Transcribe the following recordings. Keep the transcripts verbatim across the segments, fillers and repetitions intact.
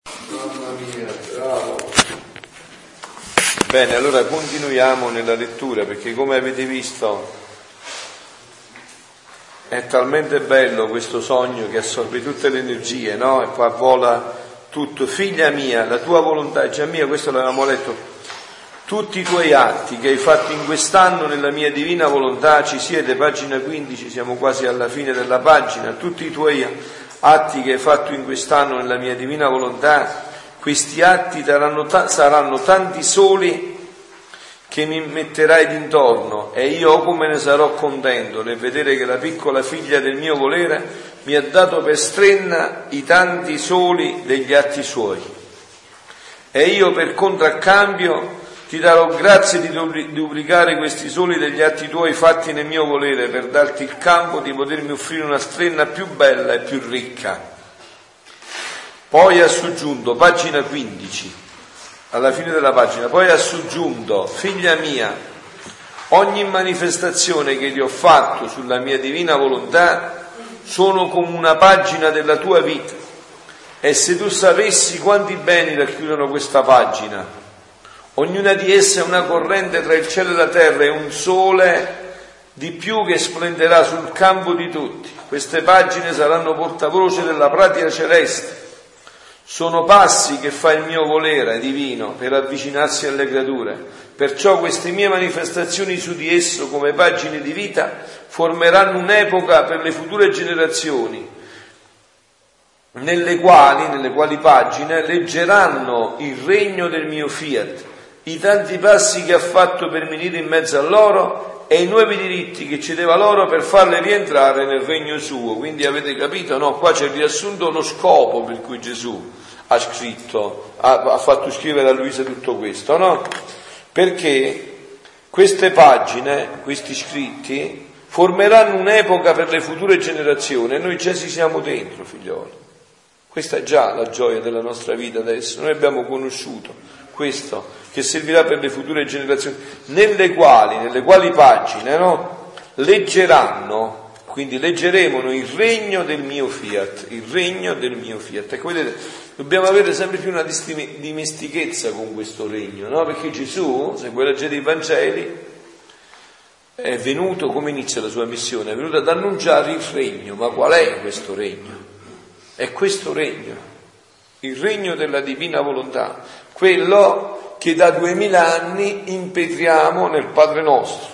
Mamma mia, bravo. Bene, allora continuiamo nella lettura, perché come avete visto è talmente bello questo sogno che assorbe tutte le energie, no? E poi vola tutto. Figlia mia, la tua volontà è già mia, questo l'avevamo letto. Tutti i tuoi atti che hai fatto in quest'anno nella mia divina volontà, ci siete, pagina quindici, siamo quasi alla fine della pagina, tutti i tuoi atti che hai fatto in quest'anno nella mia divina volontà, questi atti saranno, ta- saranno tanti soli che mi metterai d'intorno, e io o come ne sarò contento nel vedere che la piccola figlia del mio volere mi ha dato per strenna i tanti soli degli atti suoi, e io per contraccambio ti darò grazie di duplicare questi soli degli atti tuoi fatti nel mio volere, per darti il campo di potermi offrire una strenna più bella e più ricca. Poi ha soggiunto, pagina quindici, alla fine della pagina, poi ha soggiunto, figlia mia, ogni manifestazione che ti ho fatto sulla mia divina volontà sono come una pagina della tua vita, e se tu sapessi quanti beni racchiudono questa pagina, ognuna di esse è una corrente tra il cielo e la terra, e un sole di più che splenderà sul campo di tutti. Queste pagine saranno portavoce della pratica celeste. Sono passi che fa il mio volere divino per avvicinarsi alle creature. Perciò queste mie manifestazioni su di esso come pagine di vita formeranno un'epoca per le future generazioni, nelle quali, nelle quali pagine leggeranno il regno del mio fiat, i tanti passi che ha fatto per venire in mezzo a loro e i nuovi diritti che cedeva loro per farle rientrare nel regno suo. Quindi avete capito, no? Qua c'è riassunto lo scopo per cui Gesù ha scritto, ha, ha fatto scrivere a Luisa tutto questo, no? Perché queste pagine, questi scritti, formeranno un'epoca per le future generazioni, e noi già ci siamo dentro, figlioli. Questa è già la gioia della nostra vita adesso. Noi abbiamo conosciuto questo, che servirà per le future generazioni, nelle quali, nelle quali pagine, no? Leggeranno, quindi leggeremo il regno del mio fiat, il regno del mio fiat. Ecco, vedete, dobbiamo avere sempre più una dimestichezza con questo regno, no? Perché Gesù, se voi leggete i Vangeli, è venuto, come inizia la sua missione? È venuto ad annunciare il regno. Ma qual è questo regno? È questo regno, il regno della divina volontà, quello che da duemila anni impetriamo nel Padre nostro,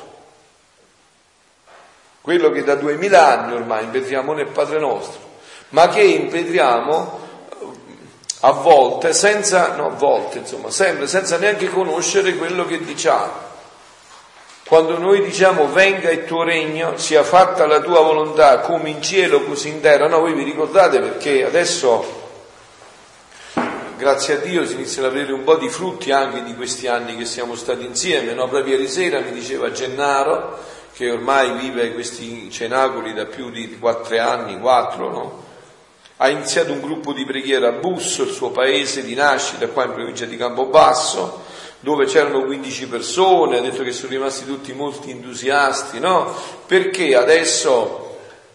quello che da duemila anni ormai impetriamo nel Padre nostro, ma che impetriamo a volte senza, no a volte insomma, sempre senza neanche conoscere quello che diciamo. Quando noi diciamo venga il tuo regno, sia fatta la tua volontà come in cielo così in terra, no, voi vi ricordate, perché adesso grazie a Dio si iniziano a vedere un po' di frutti anche di questi anni che siamo stati insieme, no? Proprio ieri sera mi diceva Gennaro, che ormai vive questi cenacoli da più di quattro anni, quattro, no? Ha iniziato un gruppo di preghiera a Busso, il suo paese di nascita, qua in provincia di Campobasso, dove c'erano quindici persone, ha detto che sono rimasti tutti molti entusiasti, no? Perché adesso,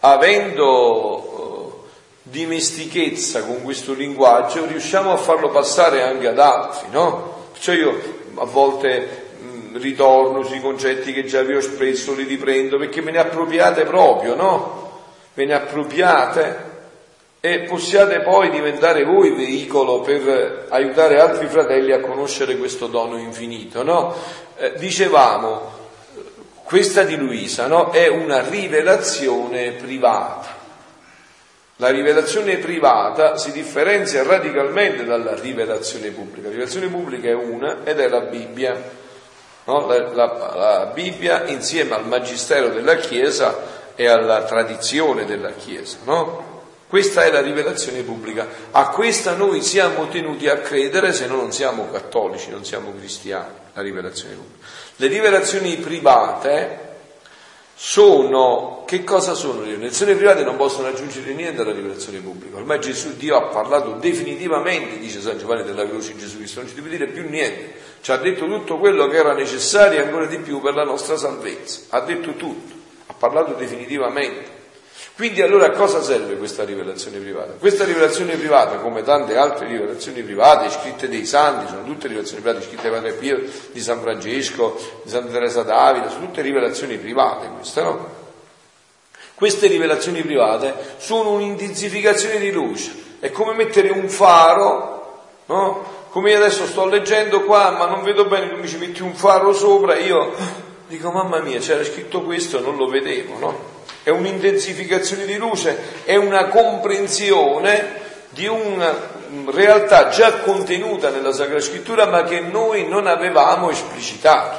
avendo dimestichezza con questo linguaggio, riusciamo a farlo passare anche ad altri, no? Perciò io a volte mh, ritorno sui concetti che già vi ho espresso, li riprendo, perché me ne appropriate proprio, no? Ve ne appropriate e possiate poi diventare voi veicolo per aiutare altri fratelli a conoscere questo dono infinito, no? Eh, dicevamo, questa di Luisa, no? È una rivelazione privata. La rivelazione privata si differenzia radicalmente dalla rivelazione pubblica. La rivelazione pubblica è una ed è la Bibbia, no? La, la, la Bibbia insieme al magistero della Chiesa e alla tradizione della Chiesa, no? Questa è la rivelazione pubblica. A questa noi siamo tenuti a credere, se no non siamo cattolici, non siamo cristiani. La rivelazione pubblica. Le rivelazioni private sono, che cosa sono? Le rivelazioni private non possono aggiungere niente alla rivelazione pubblica. Ormai Gesù, Dio ha parlato definitivamente, dice San Giovanni della Croce, Gesù Cristo, non ci deve dire più niente. Ci ha detto tutto quello che era necessario e ancora di più per la nostra salvezza. Ha detto tutto, ha parlato definitivamente. Quindi allora a cosa serve questa rivelazione privata? Questa rivelazione privata, come tante altre rivelazioni private scritte dei santi, sono tutte rivelazioni private scritte da Padre Pio, di San Francesco, di Santa Teresa d'Avila, sono tutte rivelazioni private queste, no? Queste rivelazioni private sono un'intensificazione di luce, è come mettere un faro, no? Come io adesso sto leggendo qua, ma non vedo bene, tu mi ci metti un faro sopra, io dico mamma mia, c'era scritto questo, non lo vedevo, no? È un'intensificazione di luce, è una comprensione di una realtà già contenuta nella Sacra Scrittura, ma che noi non avevamo esplicitato.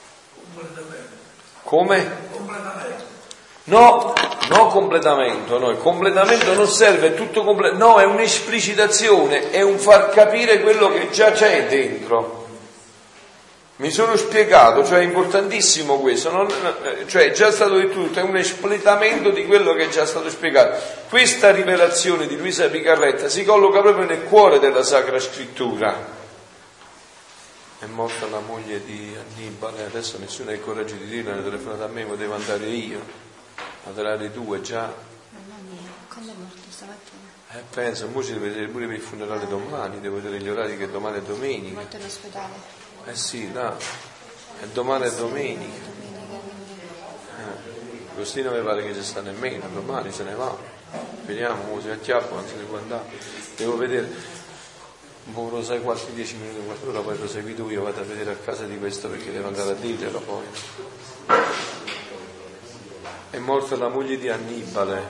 Come? No, no completamento, no, il completamento non serve, è tutto completo, no, è un'esplicitazione, è un far capire quello che già c'è dentro. Mi sono spiegato, cioè è importantissimo questo, non, cioè è già stato detto tutto, è un espletamento di quello che è già stato spiegato. Questa rivelazione di Luisa Picarretta si colloca proprio nel cuore della Sacra Scrittura. È morta la moglie di Annibale, adesso nessuno ha il coraggio di dirlo, ne telefonate a me, potevo andare io. Ma te l'hai tu già? Mamma mia, quando è morto stamattina? Eh, penso, mo ci devo vedere pure per il funerale domani, devo vedere gli orari che domani è domenica. È morto in ospedale. Eh sì, no, è domani è domenica. Eh, Agostino mi pare che ci sta nemmeno, domani se ne va. Vediamo, mo si acchiappa, non se ne può andare. Devo vedere, boh, lo sai qualche dieci minuti, qualche ora, poi lo segui tu, io vado a vedere a casa di questo perché devo andare a dirglielo poi. È morta la moglie di Annibale.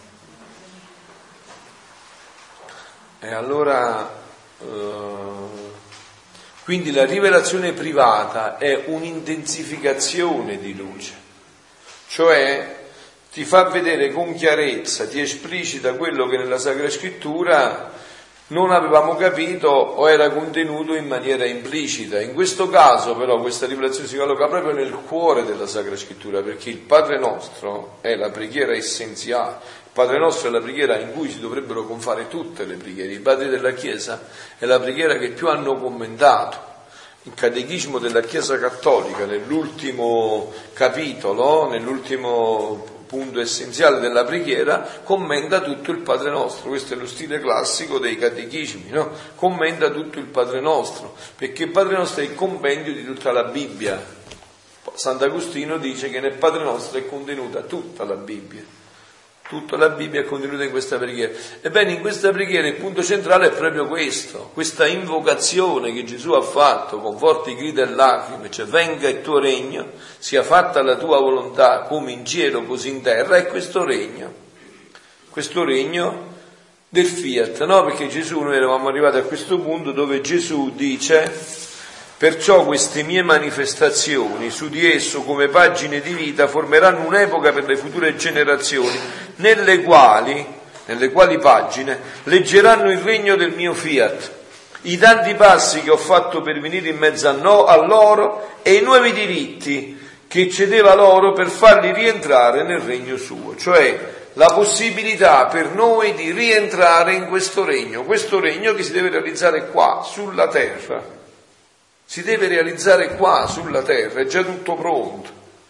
E allora, uh, quindi la rivelazione privata è un'intensificazione di luce, cioè ti fa vedere con chiarezza, ti esplicita quello che nella Sacra Scrittura non avevamo capito o era contenuto in maniera implicita. In questo caso però questa rivelazione si colloca proprio nel cuore della Sacra Scrittura, perché il Padre Nostro è la preghiera essenziale, il Padre Nostro è la preghiera in cui si dovrebbero confare tutte le preghiere. I padri della Chiesa è la preghiera che più hanno commentato. Il Catechismo della Chiesa Cattolica, nell'ultimo capitolo, nell'ultimo punto essenziale della preghiera, commenta tutto il Padre Nostro. Questo è lo stile classico dei catechismi, no? Commenta tutto il Padre Nostro, perché il Padre Nostro è il compendio di tutta la Bibbia. Sant'Agostino dice che nel Padre Nostro è contenuta tutta la Bibbia. Tutta la Bibbia è contenuta in questa preghiera. Ebbene, in questa preghiera il punto centrale è proprio questo, questa invocazione che Gesù ha fatto con forti grida e lacrime, cioè venga il tuo regno, sia fatta la tua volontà come in cielo così in terra, è questo regno, questo regno del fiat, no? Perché Gesù, noi eravamo arrivati a questo punto dove Gesù dice: perciò queste mie manifestazioni su di esso come pagine di vita formeranno un'epoca per le future generazioni, nelle quali, nelle quali pagine leggeranno il regno del mio fiat, i tanti passi che ho fatto per venire in mezzo a, no, a loro e i nuovi diritti che cedeva loro per farli rientrare nel regno suo, cioè la possibilità per noi di rientrare in questo regno, questo regno che si deve realizzare qua, sulla terra. Si deve realizzare qua sulla terra, è già tutto pronto.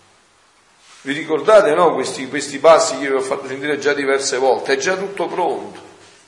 Vi ricordate, no? Questi, questi passi che vi ho fatto sentire già diverse volte, è già tutto pronto,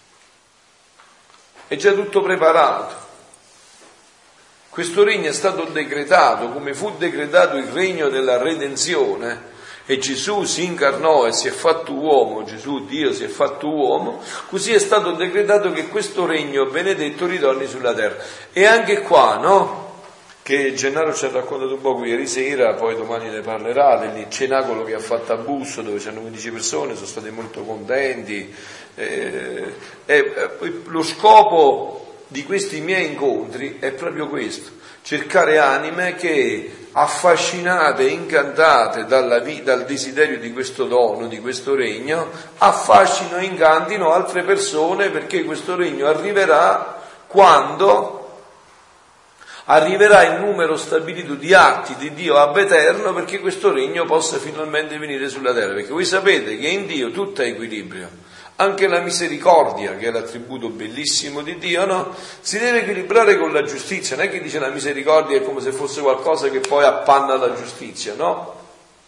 è già tutto preparato. Questo regno è stato decretato, come fu decretato il regno della redenzione, e Gesù si incarnò e si è fatto uomo, Gesù Dio si è fatto uomo, così è stato decretato che questo regno benedetto ritorni sulla terra. E anche qua, no? Che Gennaro ci ha raccontato un po' ieri sera, poi domani ne parlerà, del cenacolo che ha fatto a Busso, dove c'erano quindici persone, sono stati molto contenti. Eh, eh, lo scopo di questi miei incontri è proprio questo, cercare anime che, affascinate, incantate dalla vita, dal desiderio di questo dono, di questo regno, affascino e incantino altre persone, perché questo regno arriverà quando arriverà il numero stabilito di atti di Dio ab eterno, perché questo regno possa finalmente venire sulla terra. Perché voi sapete che in Dio tutto è equilibrio, anche la misericordia, che è l'attributo bellissimo di Dio, no? Si deve equilibrare con la giustizia. Non è che dice la misericordia è come se fosse qualcosa che poi appanna la giustizia, no?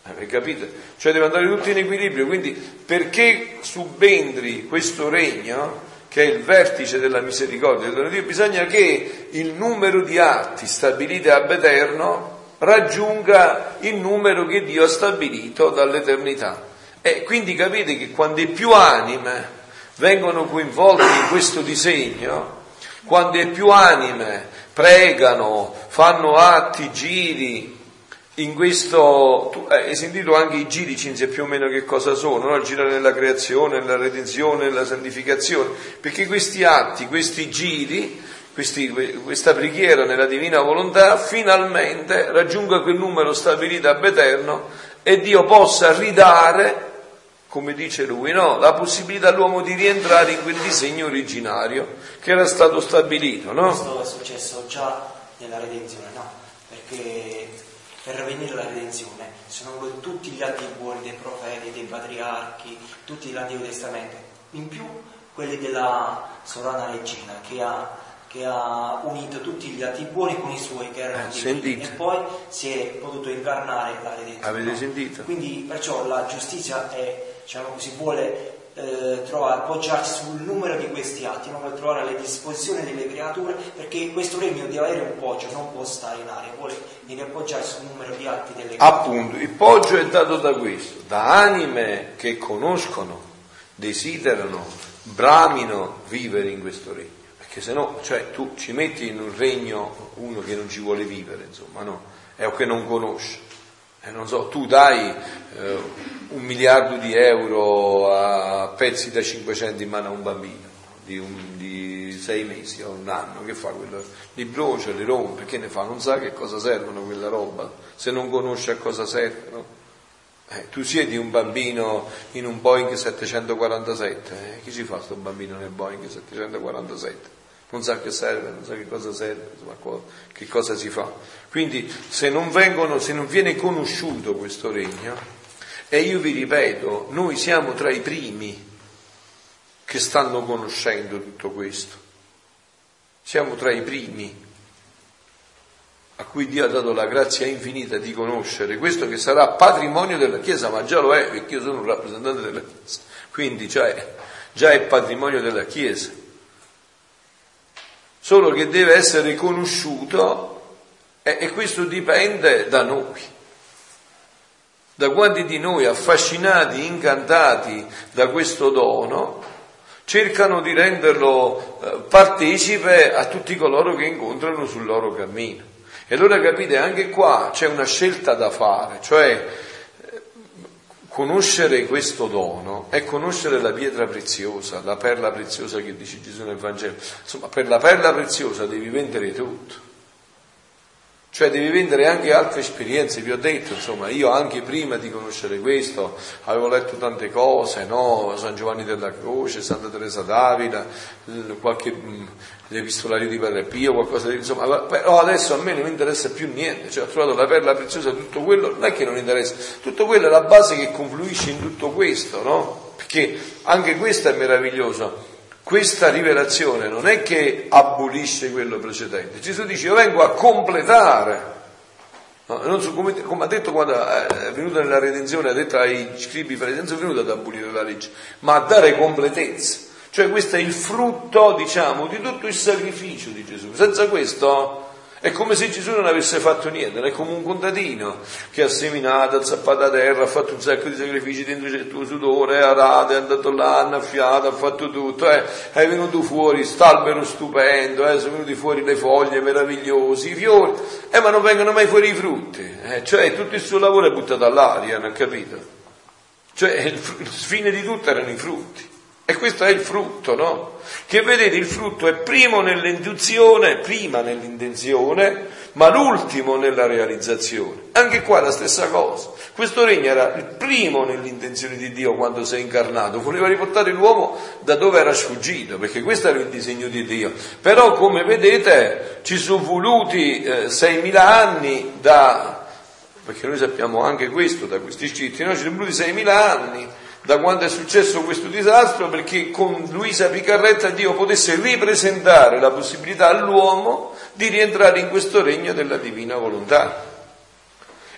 Eh, capite? Cioè deve andare tutto in equilibrio, quindi perché subentri questo regno, che è il vertice della misericordia di Dio, bisogna che il numero di atti stabiliti ab eterno raggiunga il numero che Dio ha stabilito dall'eternità. E quindi capite che quando più anime vengono coinvolte in questo disegno, quando più anime pregano, fanno atti, giri, in questo, tu hai sentito anche i giri cinzia più o meno che cosa sono, no? Il giro nella creazione, nella redenzione, nella santificazione, perché questi atti, questi giri, questi, questa preghiera nella divina volontà finalmente raggiunga quel numero stabilito ab eterno e Dio possa ridare, come dice lui, no? La possibilità all'uomo di rientrare in quel disegno originario che era stato stabilito, no? Questo è successo già nella redenzione, no? Perché per venire alla redenzione sono tutti gli atti buoni dei profeti, dei patriarchi, tutti dell'Antico Testamento, in più quelli della sovrana regina che ha, che ha unito tutti gli atti buoni con i suoi che erano eh, divini, e poi si è potuto incarnare la redenzione. Avete sentito? Quindi perciò la giustizia è, diciamo così, vuole eh, trovare, appoggiarsi sul numero di questi atti, non vuole trovare le disposizioni delle creature, perché questo regno deve avere un poggio, non può stare in aria, vuole deve appoggiarsi sul numero di atti delle creature. Appunto, il poggio è dato da questo, da anime che conoscono, desiderano, bramino vivere in questo regno. Perché se no, cioè, tu ci metti in un regno uno che non ci vuole vivere, insomma, no? È o che non conosce. Eh, non so, tu dai eh, un miliardo di euro a pezzi da cinquecento in mano a un bambino di, un, di sei mesi o un anno, che fa quello? Li brucia, li rompe, che ne fa? Non sa che cosa servono quella roba, se non conosce a cosa servono. Eh, tu siedi un bambino in un Boeing settecentoquarantasette, eh, chi ci fa sto bambino nel Boeing settecentoquarantasette? Non sa che serve, non sa che cosa serve, insomma, che cosa si fa. Quindi se non vengono, se non viene conosciuto questo regno, e io vi ripeto, noi siamo tra i primi che stanno conoscendo tutto questo. Siamo tra i primi a cui Dio ha dato la grazia infinita di conoscere questo che sarà patrimonio della Chiesa, ma già lo è, perché io sono un rappresentante della Chiesa. Quindi cioè, già è patrimonio della Chiesa. Solo che deve essere conosciuto e, e questo dipende da noi, da quanti di noi affascinati, incantati da questo dono cercano di renderlo eh, partecipe a tutti coloro che incontrano sul loro cammino. E allora capite, anche qua c'è una scelta da fare, cioè eh, conoscere questo dono è conoscere la pietra preziosa, la perla preziosa che dice Gesù nel Vangelo. Insomma, per la perla preziosa devi vendere tutto. Cioè devi vendere anche altre esperienze, vi ho detto, insomma, io anche prima di conoscere questo avevo letto tante cose, no? San Giovanni della Croce, Santa Teresa d'Avila, qualche l'epistolario di Padre Pio, qualcosa di, insomma, però adesso a me non mi interessa più niente, cioè ho trovato la perla preziosa, tutto quello, non è che non interessa, tutto quello è la base che confluisce in tutto questo, no? Perché anche questo è meraviglioso. Questa rivelazione non è che abolisce quello precedente. Gesù dice: io vengo a completare. No, non so, come, come ha detto quando è venuto nella redenzione, ha detto ai scribi per non è venuto ad abolire la legge, ma a dare completezza. Cioè questo è il frutto, diciamo, di tutto il sacrificio di Gesù. Senza questo è come se Gesù non avesse fatto niente, è come un contadino che ha seminato, ha zappato a terra, ha fatto un sacco di sacrifici dentro il tuo sudore, è arato, è andato là, ha annaffiato, ha fatto tutto, eh, è venuto fuori st'albero stupendo, eh, sono venuti fuori le foglie meravigliose, i fiori, eh, ma non vengono mai fuori i frutti, eh, cioè tutto il suo lavoro è buttato all'aria, non capito? Cioè il, il fine di tutto erano i frutti. E questo è il frutto, no? Che vedete, il frutto è primo nell'intuizione, prima nell'intenzione, ma l'ultimo nella realizzazione. Anche qua la stessa cosa. Questo regno era il primo nell'intenzione di Dio quando si è incarnato. Voleva riportare l'uomo da dove era sfuggito, perché questo era il disegno di Dio. Però, come vedete, ci sono voluti eh, seimila anni da... perché noi sappiamo anche questo da questi scritti, no? Ci sono voluti seimila anni da quando è successo questo disastro, perché con Luisa Picarretta Dio potesse ripresentare la possibilità all'uomo di rientrare in questo regno della divina volontà.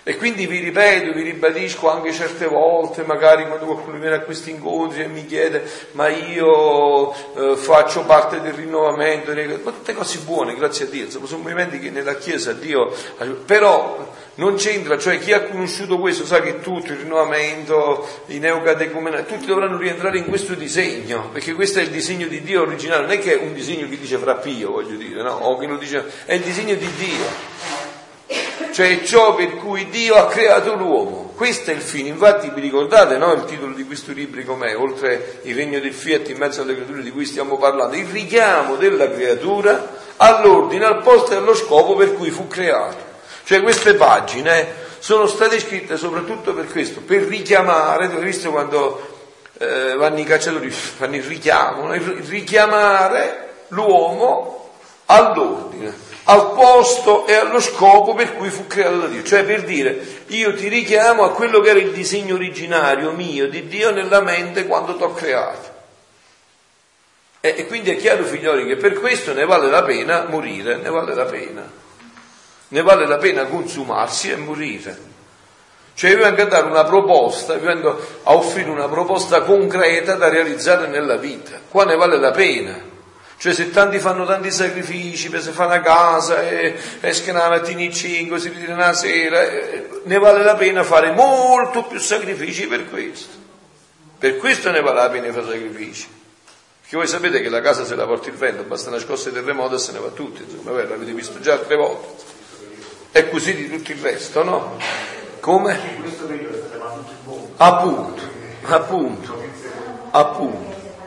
E quindi vi ripeto, vi ribadisco anche certe volte, magari quando qualcuno viene a questi incontri e mi chiede ma io eh, faccio parte del rinnovamento, ma tutte cose buone, grazie a Dio, insomma, sono movimenti che nella Chiesa Dio, però non c'entra, cioè chi ha conosciuto questo sa che tutto il rinnovamento, i neocatecumenali, tutti dovranno rientrare in questo disegno, perché questo è il disegno di Dio originale, non è che è un disegno che dice Fra Pio, voglio dire, no? O che lo dice, è il disegno di Dio. Cioè ciò per cui Dio ha creato l'uomo, questo è il fine. Infatti vi ricordate, no, il titolo di questo libro com'è? Oltre il regno del Fiat in mezzo alle creature di cui stiamo parlando, il richiamo della creatura all'ordine, al posto e allo scopo per cui fu creato. Cioè queste pagine sono state scritte soprattutto per questo, per richiamare, avete visto quando eh, vanno i cacciatori, fanno il richiamo, no? il richiamare l'uomo all'ordine, al posto e allo scopo per cui fu creato da Dio, cioè per dire io ti richiamo a quello che era il disegno originario mio di Dio nella mente quando ti ho creato. E, e quindi è chiaro, figlioli, che per questo ne vale la pena morire, ne vale la pena, ne vale la pena consumarsi e morire. Cioè io vengo a dare una proposta, vi vengo a offrire una proposta concreta da realizzare nella vita, qua ne vale la pena. Cioè se tanti fanno tanti sacrifici per se fare una casa e escono la mattina in cinque, si ritirano la sera, eh, ne vale la pena fare molto più sacrifici per questo. Per questo ne vale la pena fare sacrifici. Perché voi sapete che la casa se la porta il vento, basta una scossa di terremoto e se ne va tutti, insomma, beh, l'avete visto già altre volte. È così di tutto il resto, no? Come? Appunto, appunto, appunto.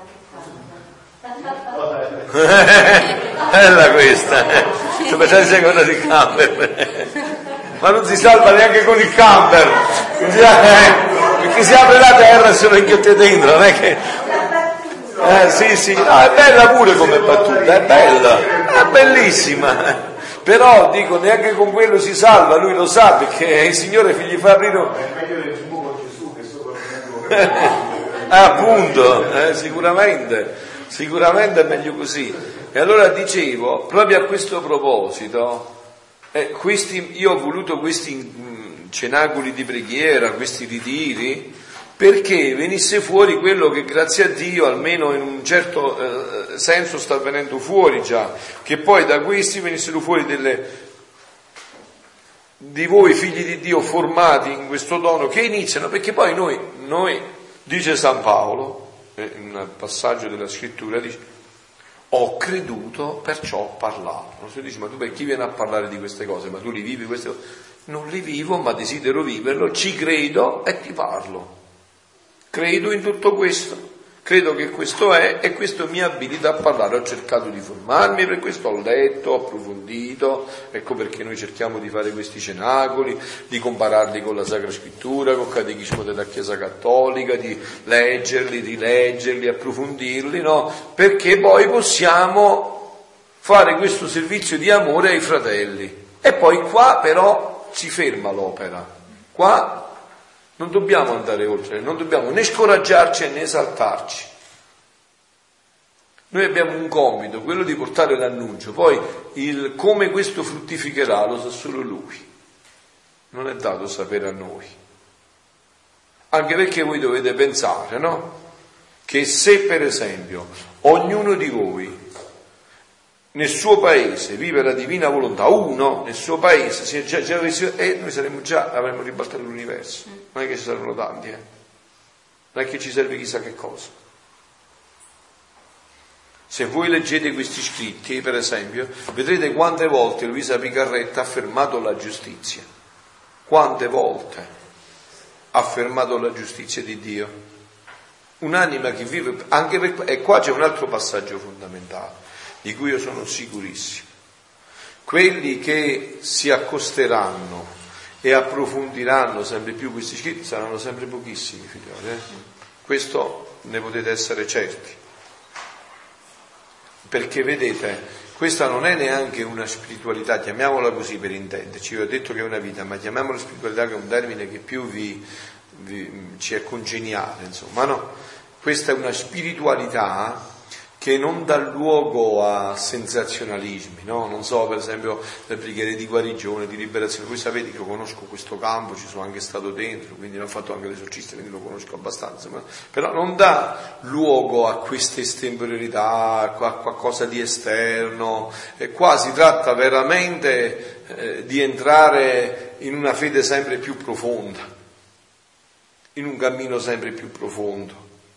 Bella questa, sto pensando sia cosa di camper, ma non si salva neanche con il camper, perché si apre la terra e se lo inghiotte dentro, non è che eh, sì sì, no, è bella pure come battuta, è bella, è bellissima, però dico neanche con quello si salva, lui lo sa perché il Signore gli fa aprire appunto, eh, sicuramente Sicuramente è meglio così. E allora dicevo, proprio a questo proposito, eh, questi, io ho voluto questi mh, cenacoli di preghiera, questi ritiri, perché venisse fuori quello che grazie a Dio, almeno in un certo eh, senso, sta venendo fuori già, che poi da questi venissero fuori delle, di voi figli di Dio formati in questo dono, che iniziano, perché poi noi, noi dice San Paolo, in un passaggio della scrittura dice ho creduto perciò ho parlato. Non si dice ma tu per chi viene a parlare di queste cose, ma tu li vivi queste cose? Non li vivo ma desidero viverlo, ci credo e ti parlo, credo in tutto questo, credo che questo è e questo mi abilita a parlare. Ho cercato di formarmi, per questo ho letto, ho approfondito, ecco perché noi cerchiamo di fare questi cenacoli, di compararli con la Sacra Scrittura, col Catechismo della Chiesa Cattolica, di leggerli, di leggerli, approfondirli, no? Perché poi possiamo fare questo servizio di amore ai fratelli. E poi qua però si ferma l'opera, qua non dobbiamo andare oltre, non dobbiamo né scoraggiarci né esaltarci. Noi abbiamo un compito, quello di portare l'annuncio, poi il come questo fruttificherà lo sa solo Lui, non è dato sapere a noi. Anche perché voi dovete pensare, no? Che se per esempio ognuno di voi nel suo paese vive la divina volontà, uno nel suo paese, se già, già avessi, eh, noi saremmo già, avremmo ribaltato l'universo, non è che ci saranno tanti, eh. Non è che ci serve chissà che cosa. Se voi leggete questi scritti, per esempio, vedrete quante volte Luisa Picarretta ha affermato la giustizia, quante volte ha affermato la giustizia di Dio. Un'anima che vive, anche per, e qua c'è un altro passaggio fondamentale, di cui io sono sicurissimo. Quelli che si accosteranno e approfondiranno sempre più questi scritti saranno sempre pochissimi, figlioli, eh? Questo ne potete essere certi. Perché vedete, questa non è neanche una spiritualità, chiamiamola così per intenderci, io ho detto che è una vita, ma chiamiamola spiritualità che è un termine che più vi, vi, ci è congeniale, insomma, no? Questa è una spiritualità che non dà luogo a sensazionalismi, no? Non so, per esempio le preghiere di guarigione, di liberazione. Voi sapete che io conosco questo campo, ci sono anche stato dentro, quindi l'ho fatto anche l'esorcista, quindi lo conosco abbastanza, ma, però non dà luogo a queste estemporaneità, a qualcosa di esterno. E qua si tratta veramente eh, di entrare in una fede sempre più profonda, in un cammino sempre più profondo.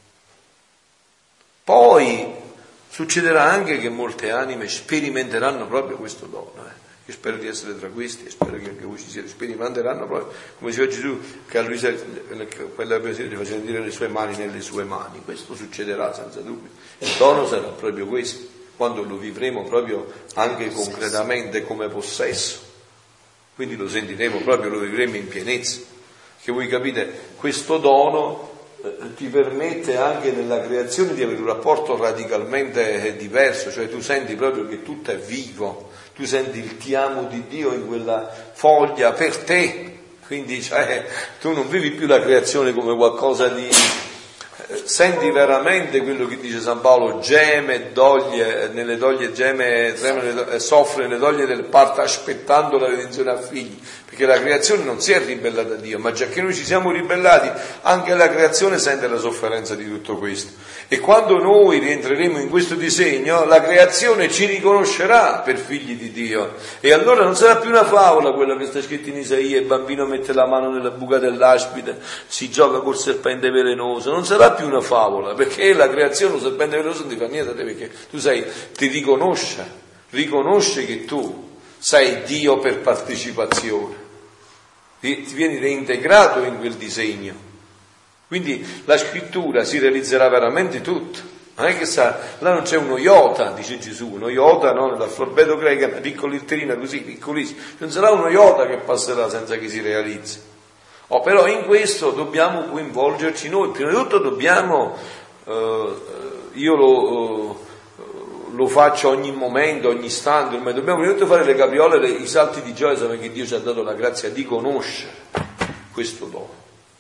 Poi succederà anche che molte anime sperimenteranno proprio questo dono. Eh. Io spero di essere tra questi e spero che anche voi ci siete. Sperimenteranno proprio, come diceva Gesù, che a lui quella persona gli faceva dire le sue mani nelle sue mani. Questo succederà senza dubbio. Il dono sarà proprio questo, quando lo vivremo proprio anche concretamente come possesso. Quindi lo sentiremo proprio, lo vivremo in pienezza. Che voi capite, questo dono ti permette anche nella creazione di avere un rapporto radicalmente diverso, cioè tu senti proprio che tutto è vivo, tu senti il ti amo di Dio in quella foglia per te, quindi cioè, tu non vivi più la creazione come qualcosa di... Senti veramente quello che dice San Paolo, geme, doglie, nelle doglie geme, treme, soffre nelle doglie del parto aspettando la redenzione a figli, perché la creazione non si è ribellata a Dio, ma già che noi ci siamo ribellati, anche la creazione sente la sofferenza di tutto questo. E quando noi rientreremo in questo disegno, la creazione ci riconoscerà per figli di Dio, e allora non sarà più una favola quella che sta scritta in Isaia, il bambino mette la mano nella buca dell'aspide, si gioca col serpente velenoso, non sarà più una favola, perché la creazione, lo serpente velenoso non ti fa niente a te, perché tu sai, ti riconosce, riconosce che tu sei Dio per partecipazione, ti, ti vieni reintegrato in quel disegno. Quindi la scrittura si realizzerà veramente tutto, non è che sa, là non c'è uno iota, dice Gesù, uno iota, no? Nell'alfabeto greco è una piccola letterina così, piccolissima, non sarà uno iota che passerà senza che si realizzi. Oh, però in questo dobbiamo coinvolgerci noi, prima di tutto dobbiamo, eh, io lo, eh, lo faccio ogni momento, ogni istante, ma dobbiamo prima di tutto fare le capriole, le, i salti di gioia, perché Dio ci ha dato la grazia di conoscere questo dono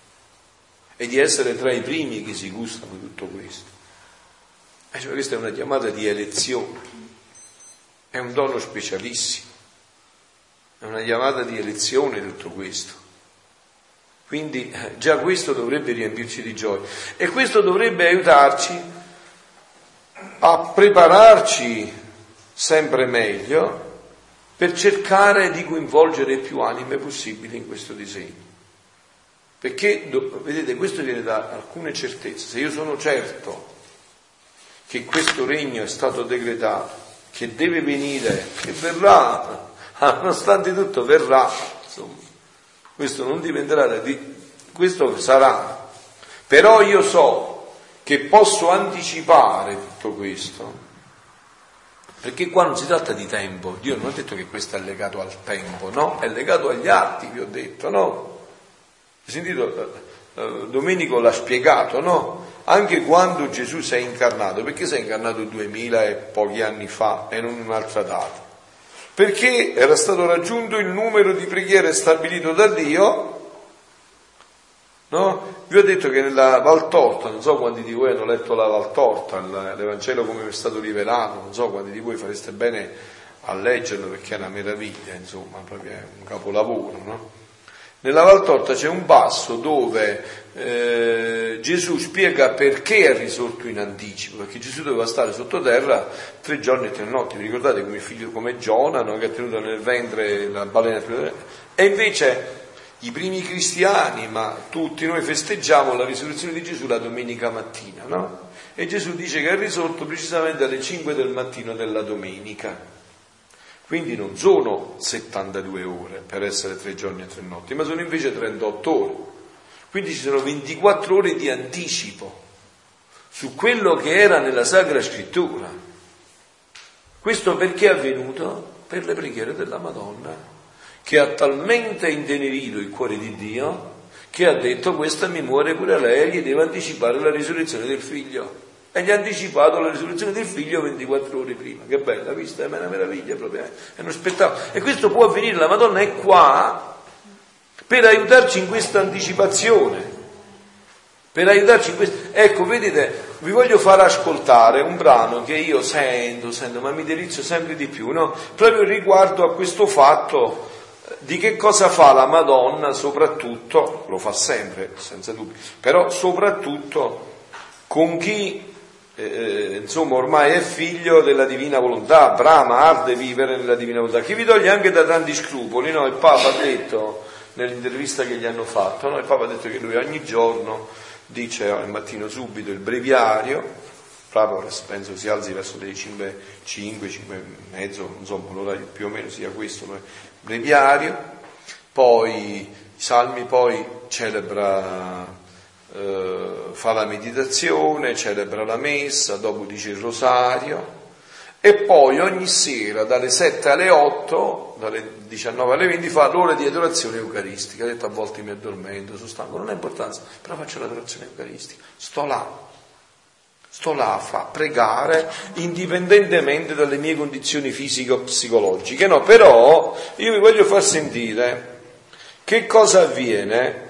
e di essere tra i primi che si gustano di tutto questo. E cioè, questa è una chiamata di elezione, è un dono specialissimo, è una chiamata di elezione tutto questo. Quindi già questo dovrebbe riempirci di gioia e questo dovrebbe aiutarci a prepararci sempre meglio per cercare di coinvolgere più anime possibili in questo disegno. Perché, vedete, questo viene da alcune certezze. Se io sono certo che questo regno è stato decretato, che deve venire, che verrà, nonostante tutto verrà, insomma, questo non dipenderà da di questo sarà, però io so che posso anticipare tutto questo, perché qua non si tratta di tempo. Dio non ha detto che questo è legato al tempo, no? È legato agli atti, vi ho detto, no? Hai sentito? Domenico l'ha spiegato, no? Anche quando Gesù si è incarnato, perché si è incarnato duemila e pochi anni fa e non un'altra data? Perché era stato raggiunto il numero di preghiere stabilito da Dio, no? Vi ho detto che nella Valtorta, non so quanti di voi hanno letto la Valtorta, l'Evangelo come è stato rivelato, non so quanti di voi fareste bene a leggerlo perché è una meraviglia, insomma, proprio è un capolavoro, no? Nella Valtorta c'è un passo dove eh, Gesù spiega perché è risorto in anticipo, perché Gesù doveva stare sottoterra tre giorni e tre notti. Vi ricordate come il figlio, come Giona, no? Che ha tenuto nel ventre la balena, e invece i primi cristiani, ma tutti noi festeggiamo la risurrezione di Gesù la domenica mattina, no? E Gesù dice che è risorto precisamente alle cinque del mattino della domenica. Quindi non sono settantadue ore per essere tre giorni e tre notti, ma sono invece trentotto ore. Quindi ci sono ventiquattro ore di anticipo su quello che era nella Sacra Scrittura. Questo perché è avvenuto? Per le preghiere della Madonna, che ha talmente intenerito il cuore di Dio che ha detto: questa mi muore pure lei, gli deve anticipare la risurrezione del figlio. E gli ha anticipato la risurrezione del figlio ventiquattro ore prima. Che bella, vista? È una meraviglia proprio, è uno spettacolo. E questo può avvenire, la Madonna è qua per aiutarci in questa anticipazione, per aiutarci in questo. Ecco, vedete, vi voglio far ascoltare un brano che io sento, sento, ma mi delizio sempre di più, no? Proprio riguardo a questo fatto di che cosa fa la Madonna, soprattutto, lo fa sempre, senza dubbio, però soprattutto con chi, eh, insomma, ormai è figlio della divina volontà, brama, arde vivere nella divina volontà, che vi toglie anche da tanti scrupoli, no? Il Papa ha detto, nell'intervista che gli hanno fatto, no? Il Papa ha detto che lui ogni giorno dice al mattino subito il breviario, proprio penso si alzi verso le cinque, cinque, cinque e mezzo, insomma l'orario più o meno sia questo, no? Breviario, poi i salmi, poi celebra, eh, fa la meditazione, celebra la messa, dopo dice il rosario e poi ogni sera dalle sette alle otto, dalle diciannove alle venti fa l'ora di adorazione eucaristica. Ha detto a volte mi addormento, sono stanco, non ha importanza, però faccio l'adorazione eucaristica, sto là. Sto là a fa pregare indipendentemente dalle mie condizioni fisico-psicologiche, no? Però io vi voglio far sentire che cosa avviene,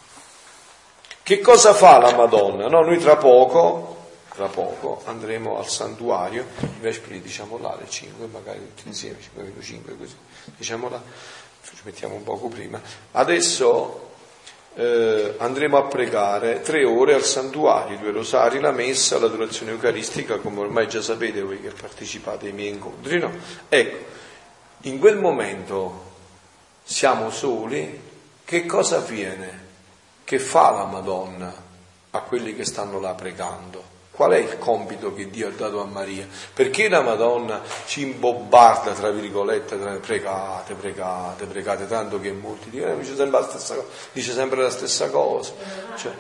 che cosa fa la Madonna, no? Noi tra poco, tra poco andremo al santuario, i vespri diciamo là alle cinque, magari tutti insieme, cinque meno cinque così, diciamo là, ci mettiamo un poco prima. Adesso Eh, andremo a pregare tre ore al santuario, due rosari, la messa, l'adorazione eucaristica, come ormai già sapete voi che partecipate ai miei incontri, no? Ecco, in quel momento siamo soli, che cosa avviene? Che fa la Madonna a quelli che stanno là pregando? Qual è il compito che Dio ha dato a Maria? Perché la Madonna ci imbobbarda, tra virgolette, tra, pregate, pregate, pregate, tanto che molti dicono, eh, dice sempre la stessa cosa, dice sempre la stessa cosa. Cioè,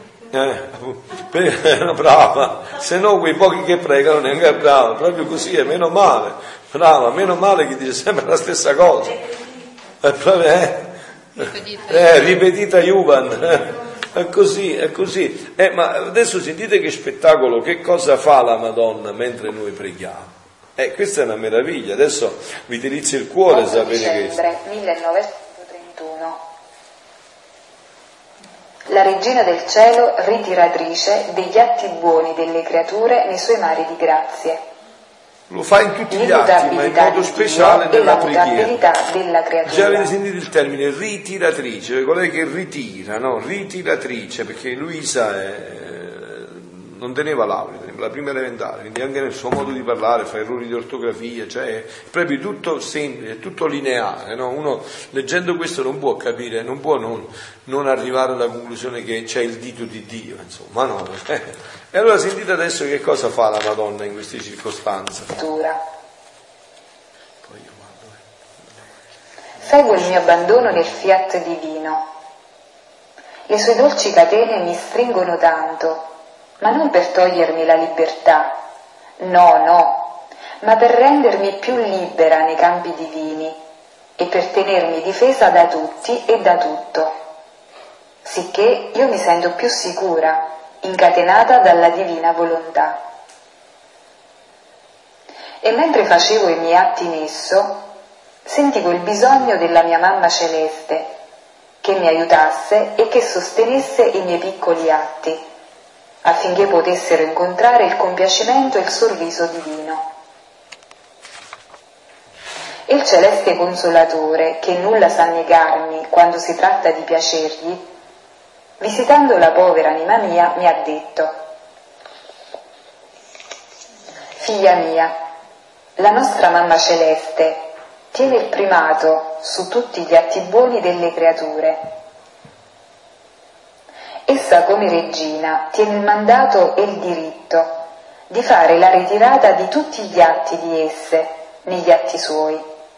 eh, brava, se no quei pochi che pregano neanche è brava, proprio così, è meno male, brava, meno male che dice sempre la stessa cosa. È proprio, eh, eh, ripetita Juvan, eh. È così, è così. Eh, ma adesso sentite che spettacolo, che cosa fa la Madonna mentre noi preghiamo. Eh, questa è una meraviglia. Adesso vi delizia il cuore sapere questo. millenovecentotrentuno La Regina del Cielo, ritiratrice degli atti buoni delle creature nei suoi mari di grazie. Lo fa in tutti gli atti, ma in modo speciale nella preghiera. Della creatura. Già avete sentito il termine ritiratrice, colei che ritira, no? Ritiratrice, perché Luisa è, non teneva laurea, teneva la prima elementare, quindi anche nel suo modo di parlare fa errori di ortografia, cioè è proprio tutto semplice, tutto lineare, no? Uno leggendo questo non può capire, non può non, non arrivare alla conclusione che c'è il dito di Dio, insomma, no? E allora sentite adesso che cosa fa la Madonna in queste circostanze. Seguo il mio abbandono nel fiat divino. Le sue dolci catene mi stringono tanto, ma non per togliermi la libertà, no, no, ma per rendermi più libera nei campi divini e per tenermi difesa da tutti e da tutto, sicché io mi sento più sicura, incatenata dalla divina volontà. E mentre facevo i miei atti in esso, sentivo il bisogno della mia mamma celeste, che mi aiutasse e che sostenesse i miei piccoli atti, affinché potessero incontrare il compiacimento e il sorriso divino. E il celeste consolatore, che nulla sa negarmi quando si tratta di piacergli, visitando la povera anima mia, mi ha detto: figlia mia, la nostra mamma celeste tiene il primato su tutti gli atti buoni delle creature. Essa come regina tiene il mandato e il diritto di fare la ritirata di tutti gli atti di esse negli atti suoi.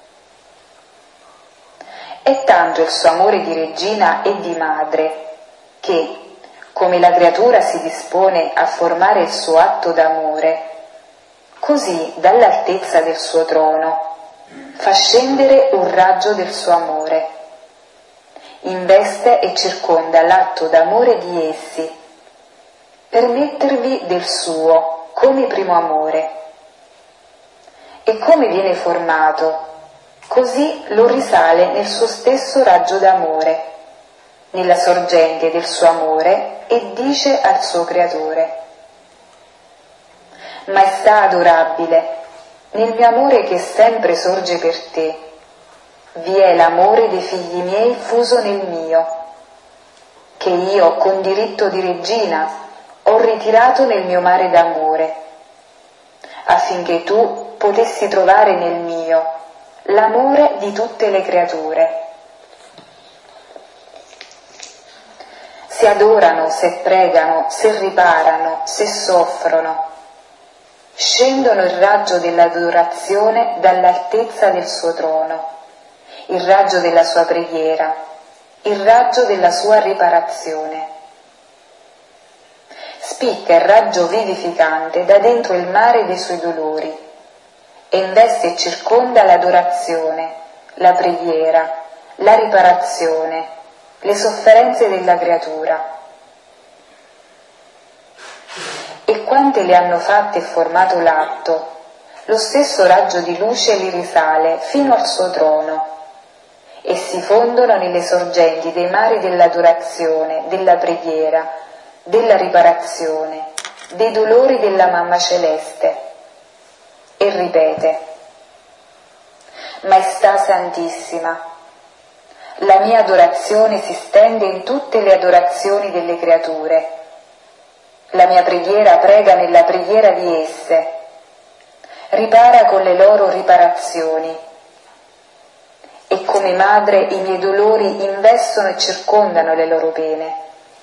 È tanto il suo amore di regina e di madre che, come la creatura si dispone a formare il suo atto d'amore, così dall'altezza del suo trono fa scendere un raggio del suo amore, investe e circonda l'atto d'amore di essi, per mettervi del suo come primo amore. E come viene formato, così lo risale nel suo stesso raggio d'amore, nella sorgente del suo amore, e dice al suo creatore: Maestà adorabile, nel mio amore che sempre sorge per te, vi è l'amore dei figli miei fuso nel mio, che io con diritto di regina ho ritirato nel mio mare d'amore, affinché tu potessi trovare nel mio l'amore di tutte le creature. Se adorano, se pregano, se riparano, se soffrono, scendono il raggio dell'adorazione dall'altezza del suo trono, il raggio della sua preghiera, il raggio della sua riparazione. Spicca il raggio vivificante da dentro il mare dei suoi dolori e investe e circonda l'adorazione, la preghiera, la riparazione, le sofferenze della creatura. E quante le hanno fatte e formato l'atto, lo stesso raggio di luce li risale fino al suo trono e si fondono nelle sorgenti dei mari dell'adorazione, della preghiera, della riparazione, dei dolori della Mamma Celeste. E ripete: Maestà Santissima, la mia adorazione si stende in tutte le adorazioni delle creature. La mia preghiera prega nella preghiera di esse, ripara con le loro riparazioni, e come madre i miei dolori investono e circondano le loro pene.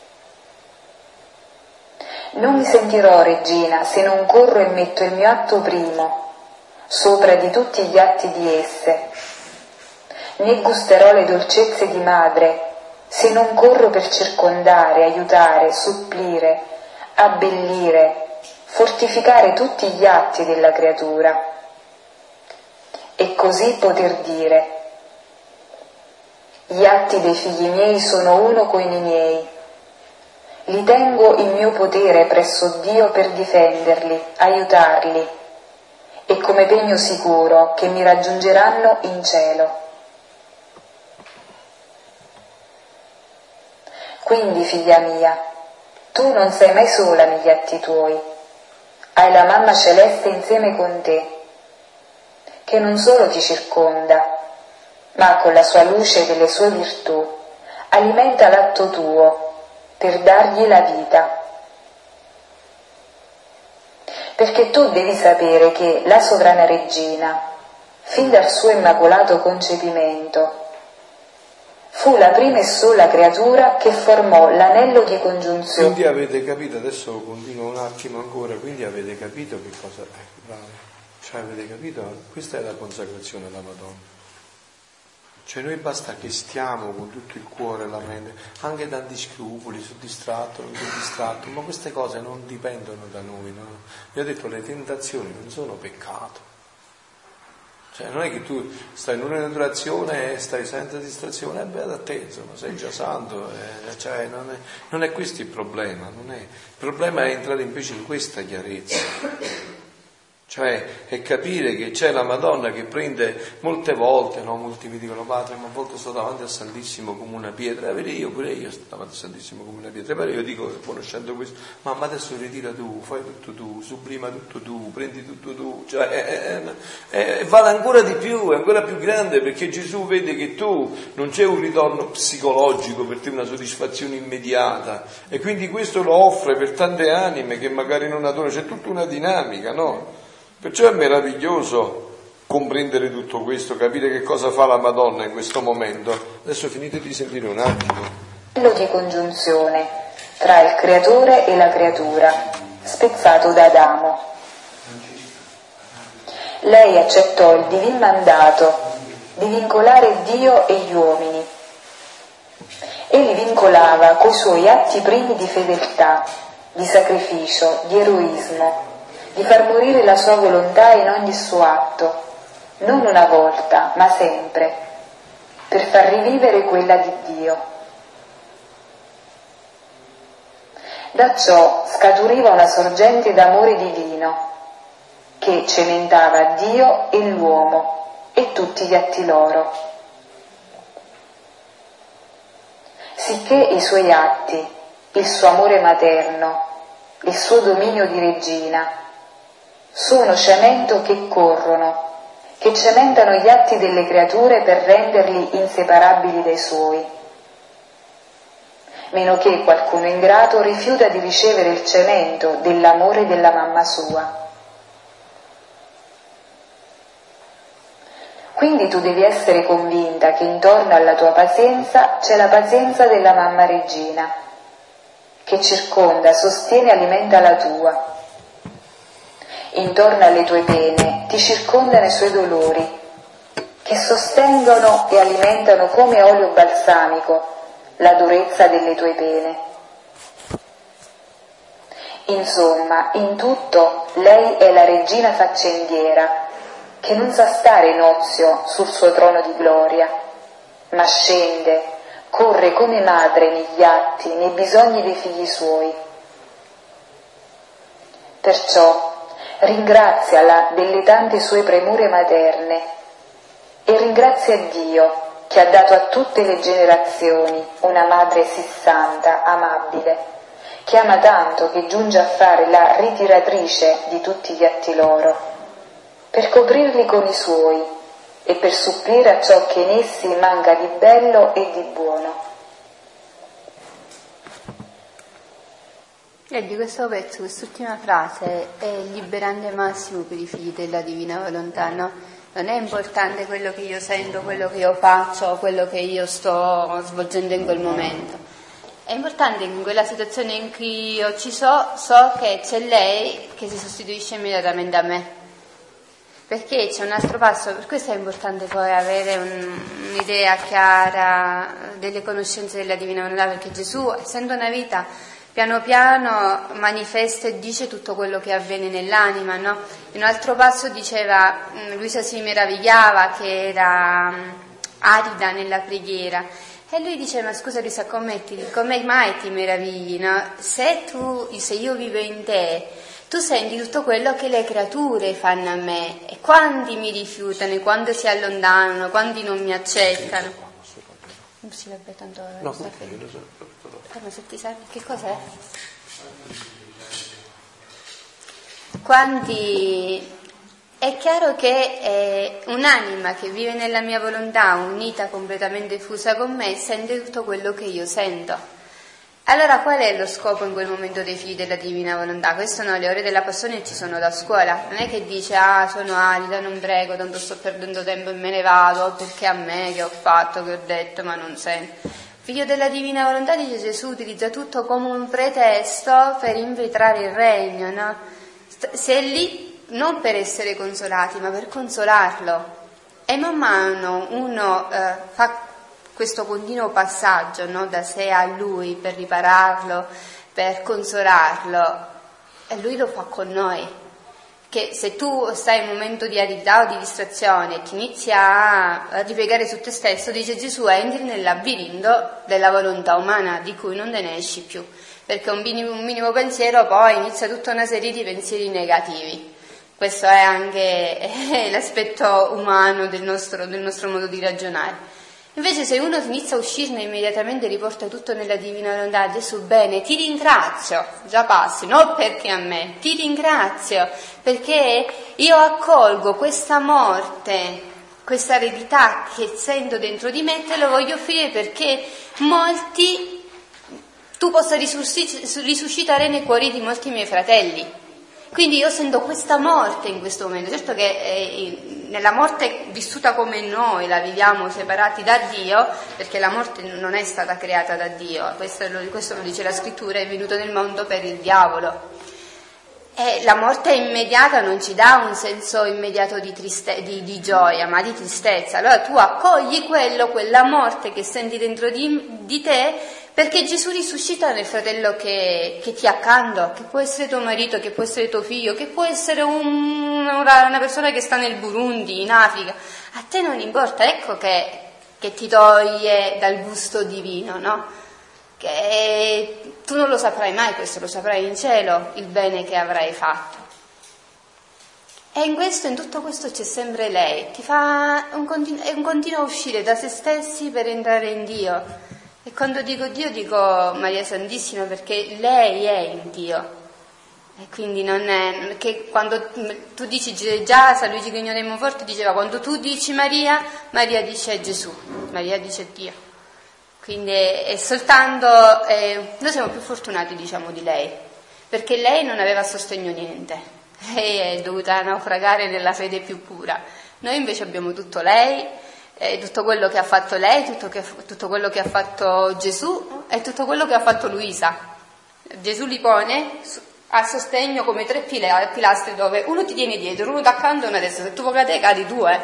Non mi sentirò regina se non corro e metto il mio atto primo sopra di tutti gli atti di esse, né gusterò le dolcezze di madre se non corro per circondare, aiutare, supplire, abbellire, fortificare tutti gli atti della creatura, e così poter dire: gli atti dei figli miei sono uno coi miei, li tengo in mio potere presso Dio per difenderli, aiutarli, e come pegno sicuro che mi raggiungeranno in cielo. Quindi, figlia mia, tu non sei mai sola negli atti tuoi, hai la Mamma Celeste insieme con te, che non solo ti circonda, ma con la sua luce e delle sue virtù alimenta l'atto tuo per dargli la vita. Perché tu devi sapere che la sovrana regina, fin dal suo immacolato concepimento, fu la prima e sola creatura che formò l'anello di congiunzione. Quindi avete capito, adesso continuo un attimo ancora, quindi avete capito che cosa... Ecco, bravo. Cioè avete capito? Questa è la consacrazione alla Madonna. Cioè noi basta che stiamo con tutto il cuore e la mente, anche tanti scrupoli, sono distratto, non sono distratto, ma queste cose non dipendono da noi, no? Vi ho detto, le tentazioni non sono peccato. Cioè non è che tu stai in un'adorazione e stai senza distrazione, è bello a te, insomma, sei già santo, eh, cioè non è, non è questo il problema, non è. Il problema è entrare invece in questa chiarezza. Cioè è capire che c'è la Madonna che prende molte volte, no? Molti mi dicono: padre, ma a volte sto davanti al Santissimo come una pietra. Vedi, io pure io sto davanti al Santissimo come una pietra. Però io dico, conoscendo questo: mamma, adesso ritira tu, fai tutto tu, sublima tutto tu, prendi tutto tu. Cioè eh, eh, eh, vale ancora di più, è ancora più grande, perché Gesù vede che tu non c'è un ritorno psicologico per te, una soddisfazione immediata, e quindi questo lo offre per tante anime che magari non adorano. C'è tutta una dinamica, no? Perciò è meraviglioso comprendere tutto questo, capire che cosa fa la Madonna in questo momento. Adesso finite di sentire un attimo. L'anello di congiunzione tra il creatore e la creatura, spezzato da Adamo. Lei accettò il divin mandato di vincolare Dio e gli uomini e li vincolava coi suoi atti primi di fedeltà, di sacrificio, di eroismo, di far morire la sua volontà in ogni suo atto, non una volta, ma sempre, per far rivivere quella di Dio. Da ciò scaturiva una sorgente d'amore divino che cementava Dio e l'uomo e tutti gli atti loro, sicché i suoi atti, il suo amore materno, il suo dominio di regina, sono cemento che corrono, che cementano gli atti delle creature per renderli inseparabili dai suoi. Meno che qualcuno ingrato rifiuta di ricevere il cemento dell'amore della mamma sua. Quindi tu devi essere convinta che intorno alla tua pazienza c'è la pazienza della mamma regina, che circonda, sostiene e alimenta la tua. Intorno alle tue pene ti circondano i suoi dolori, che sostengono e alimentano come olio balsamico la durezza delle tue pene. Insomma, in tutto lei è la regina faccendiera, che non sa stare in ozio sul suo trono di gloria, ma scende, corre come madre negli atti, nei bisogni dei figli suoi. Perciò ringraziala delle tante sue premure materne e ringrazia Dio che ha dato a tutte le generazioni una madre sì santa, amabile, che ama tanto che giunge a fare la ritiratrice di tutti gli atti loro, per coprirli con i suoi e per supplire a ciò che in essi manca di bello e di buono. Leggi questo pezzo, quest'ultima frase è il liberante massimo per i figli della divina volontà, no? Non è importante quello che io sento, quello che io faccio, quello che io sto svolgendo in quel momento. È importante che in quella situazione in cui io ci so, so che c'è lei che si sostituisce immediatamente a me. Perché c'è un altro passo, per questo è importante poi avere un, un'idea chiara delle conoscenze della divina volontà, perché Gesù, essendo una vita, piano piano manifesta e dice tutto quello che avviene nell'anima, no? In un altro passo diceva, Luisa si meravigliava che era arida nella preghiera, e lui dice, ma scusa Luisa, come, ti, come mai ti meravigli, no? Se tu, se io vivo in te, tu senti tutto quello che le creature fanno a me, e quanti mi rifiutano, e quando si allontanano, quanti non mi accettano. Non si vabbè tanto no, sta no, io lo so, ma se ti serve, che cos'è? Quanti è chiaro che eh, un'anima che vive nella mia volontà, unita completamente fusa con me, sente tutto quello che io sento. Allora qual è lo scopo in quel momento dei figli della divina volontà? Questo no, le ore della passione ci sono da scuola, non è che dice ah sono arida, non prego, tanto sto perdendo tempo e me ne vado, perché a me che ho fatto, che ho detto, ma non sento. Figlio della divina volontà, dice Gesù, utilizza tutto come un pretesto per invetrare il regno, no? Si è lì non per essere consolati, ma per consolarlo. E man mano uno eh, fa questo continuo passaggio, no? Da sé a lui per ripararlo, per consolarlo, e lui lo fa con noi. Che se tu stai in un momento di aridità o di distrazione e ti inizi a ripiegare su te stesso, dice Gesù, entri nel labirinto della volontà umana di cui non te ne esci più, perché un minimo, un minimo pensiero poi inizia tutta una serie di pensieri negativi. Questo è anche è l'aspetto umano del nostro, del nostro modo di ragionare. Invece se uno inizia a uscirne immediatamente riporta tutto nella divina volontà, Gesù, bene, ti ringrazio, già passi, non perché a me, ti ringrazio, perché io accolgo questa morte, questa eredità che sento dentro di me, te lo voglio offrire perché molti, tu possa risuscitare nei cuori di molti miei fratelli. Quindi io sento questa morte in questo momento, certo che eh, nella morte vissuta come noi la viviamo separati da Dio, perché la morte non è stata creata da Dio, questo lo, questo lo dice la scrittura, è venuto nel mondo per il diavolo. E la morte immediata non ci dà un senso immediato di, triste, di, di gioia, ma di tristezza. Allora tu accogli quello, quella morte che senti dentro di, di te, perché Gesù risuscita nel fratello che, che ti ha accanto, che può essere tuo marito, che può essere tuo figlio, che può essere un, una persona che sta nel Burundi, in Africa. A te non importa, ecco che, che ti toglie dal gusto divino, no? Che tu non lo saprai mai, questo lo saprai in cielo, il bene che avrai fatto. E in questo, in tutto questo c'è sempre lei, ti fa un continuo, è un continuo uscire da se stessi per entrare in Dio. E quando dico Dio dico Maria Santissima, perché lei è in Dio, E quindi non è che quando tu dici già, San Luigi Grignone Monforte diceva, quando tu dici Maria, Maria dice Gesù, Maria dice Dio. Quindi è, è soltanto, eh, noi siamo più fortunati diciamo di lei, perché lei non aveva a sostegno niente, lei è dovuta naufragare nella fede più pura. Noi invece abbiamo tutto lei, eh, tutto quello che ha fatto lei, tutto, che, tutto quello che ha fatto Gesù e tutto quello che ha fatto Luisa. Gesù li pone a sostegno come tre pilastri dove uno ti tiene dietro, uno da accanto e uno a destra, se tu vuoi cadere cadi tu, eh.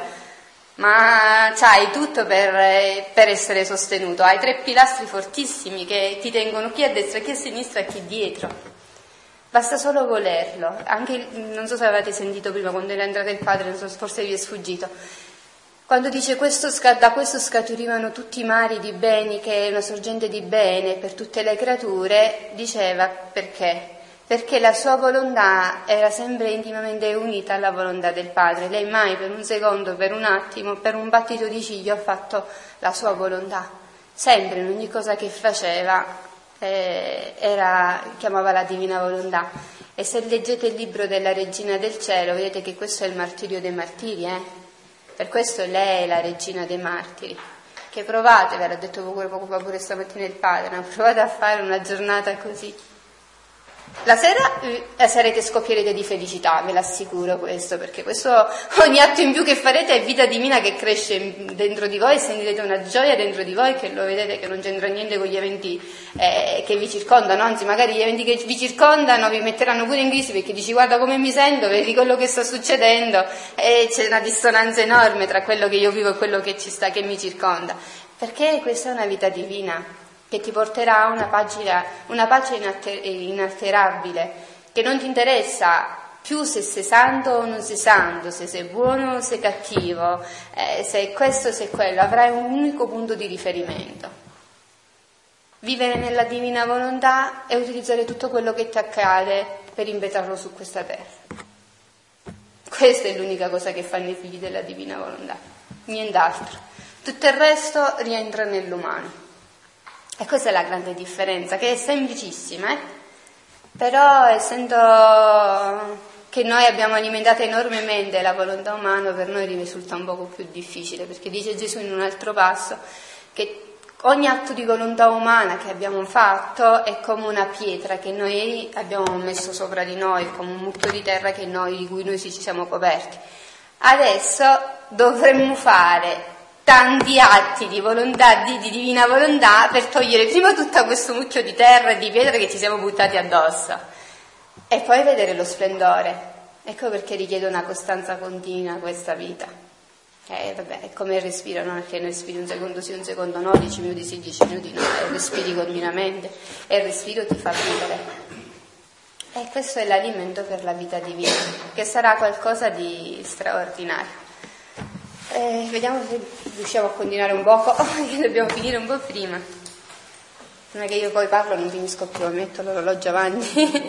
Ma c'hai tutto per, per essere sostenuto, hai tre pilastri fortissimi che ti tengono chi a destra, chi a sinistra e chi dietro, basta solo volerlo. Anche, non so se avete sentito prima quando era entrato il padre, non so, forse vi è sfuggito, quando dice questo, da questo scaturivano tutti i mari di beni, che è una sorgente di bene per tutte le creature, diceva perché? Perché la sua volontà era sempre intimamente unita alla volontà del Padre. Lei mai per un secondo, per un attimo, per un battito di ciglio ha fatto la sua volontà. Sempre, in ogni cosa che faceva, eh, era, chiamava la divina volontà. E se leggete il libro della Regina del Cielo, vedete che questo è il martirio dei martiri, eh? Per questo lei è la Regina dei martiri. Che provate, ve l'ha detto pure poco fa pure stamattina il Padre, no? Provate a fare una giornata così. La sera eh, sarete scoppierete di felicità, ve l'assicuro questo, perché questo, ogni atto in più che farete è vita divina che cresce dentro di voi e sentirete una gioia dentro di voi che lo vedete che non c'entra niente con gli eventi eh, che vi circondano, anzi magari gli eventi che vi circondano vi metteranno pure in crisi perché dici guarda come mi sento, vedi quello che sta succedendo e c'è una dissonanza enorme tra quello che io vivo e quello che ci sta, che mi circonda, perché questa è una vita divina che ti porterà a una, pagina, una pace inalterabile, che non ti interessa più se sei santo o non sei santo, se sei buono o sei cattivo, eh, se è questo o se è quello, avrai un unico punto di riferimento. Vivere nella divina volontà e utilizzare tutto quello che ti accade per impetrarlo su questa terra. Questa è l'unica cosa che fanno i figli della divina volontà, nient'altro. Tutto il resto rientra nell'umano. E questa è la grande differenza, che è semplicissima, eh? Però essendo che noi abbiamo alimentato enormemente la volontà umana, per noi risulta un poco più difficile, perché dice Gesù in un altro passo che ogni atto di volontà umana che abbiamo fatto è come una pietra che noi abbiamo messo sopra di noi, come un mucchio di terra che noi, di cui noi ci siamo coperti. Adesso dovremmo fare tanti atti di volontà, di, di divina volontà, per togliere prima tutto questo mucchio di terra e di pietra che ci siamo buttati addosso e poi vedere lo splendore. Ecco perché richiede una costanza continua questa vita. Eh, vabbè, è come il respiro, non è che ne respiri un secondo sì, un secondo no, dieci minuti sì, dieci minuti no, e respiri continuamente e il respiro ti fa vivere. E questo è l'alimento per la vita divina, che sarà qualcosa di straordinario. Eh, vediamo se riusciamo a continuare un poco, perché dobbiamo finire un po' prima. Non è che io poi parlo, non finisco più, metto l'orologio avanti.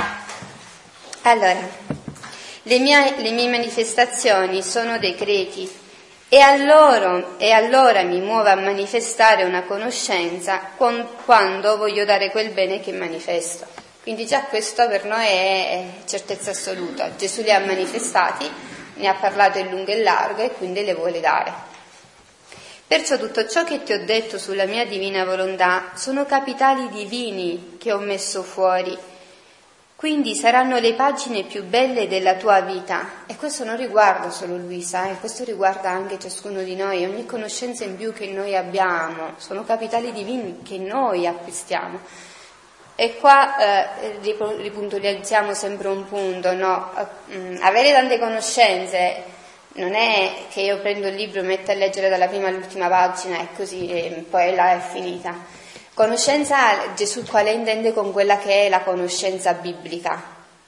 Allora, le mie, le mie manifestazioni sono decreti e, a loro, e allora mi muovo a manifestare una conoscenza con, quando voglio dare quel bene che manifesto. Quindi già questo per noi è certezza assoluta. Gesù li ha manifestati, ne ha parlato in lungo e largo e quindi le vuole dare. Perciò tutto ciò che ti ho detto sulla mia divina volontà sono capitali divini che ho messo fuori, quindi saranno le pagine più belle della tua vita. E questo non riguarda solo Luisa, eh? Questo riguarda anche ciascuno di noi. Ogni conoscenza in più che noi abbiamo sono capitali divini che noi acquistiamo. E qua eh, ripuntualizziamo sempre un punto, no? Avere tante conoscenze non è che io prendo il libro e metto a leggere dalla prima all'ultima pagina e così e poi là è finita. Conoscenza, Gesù quale intende con quella che è la conoscenza biblica?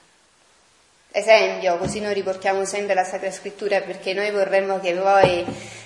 Esempio, così noi riportiamo sempre la Sacra Scrittura, perché noi vorremmo che voi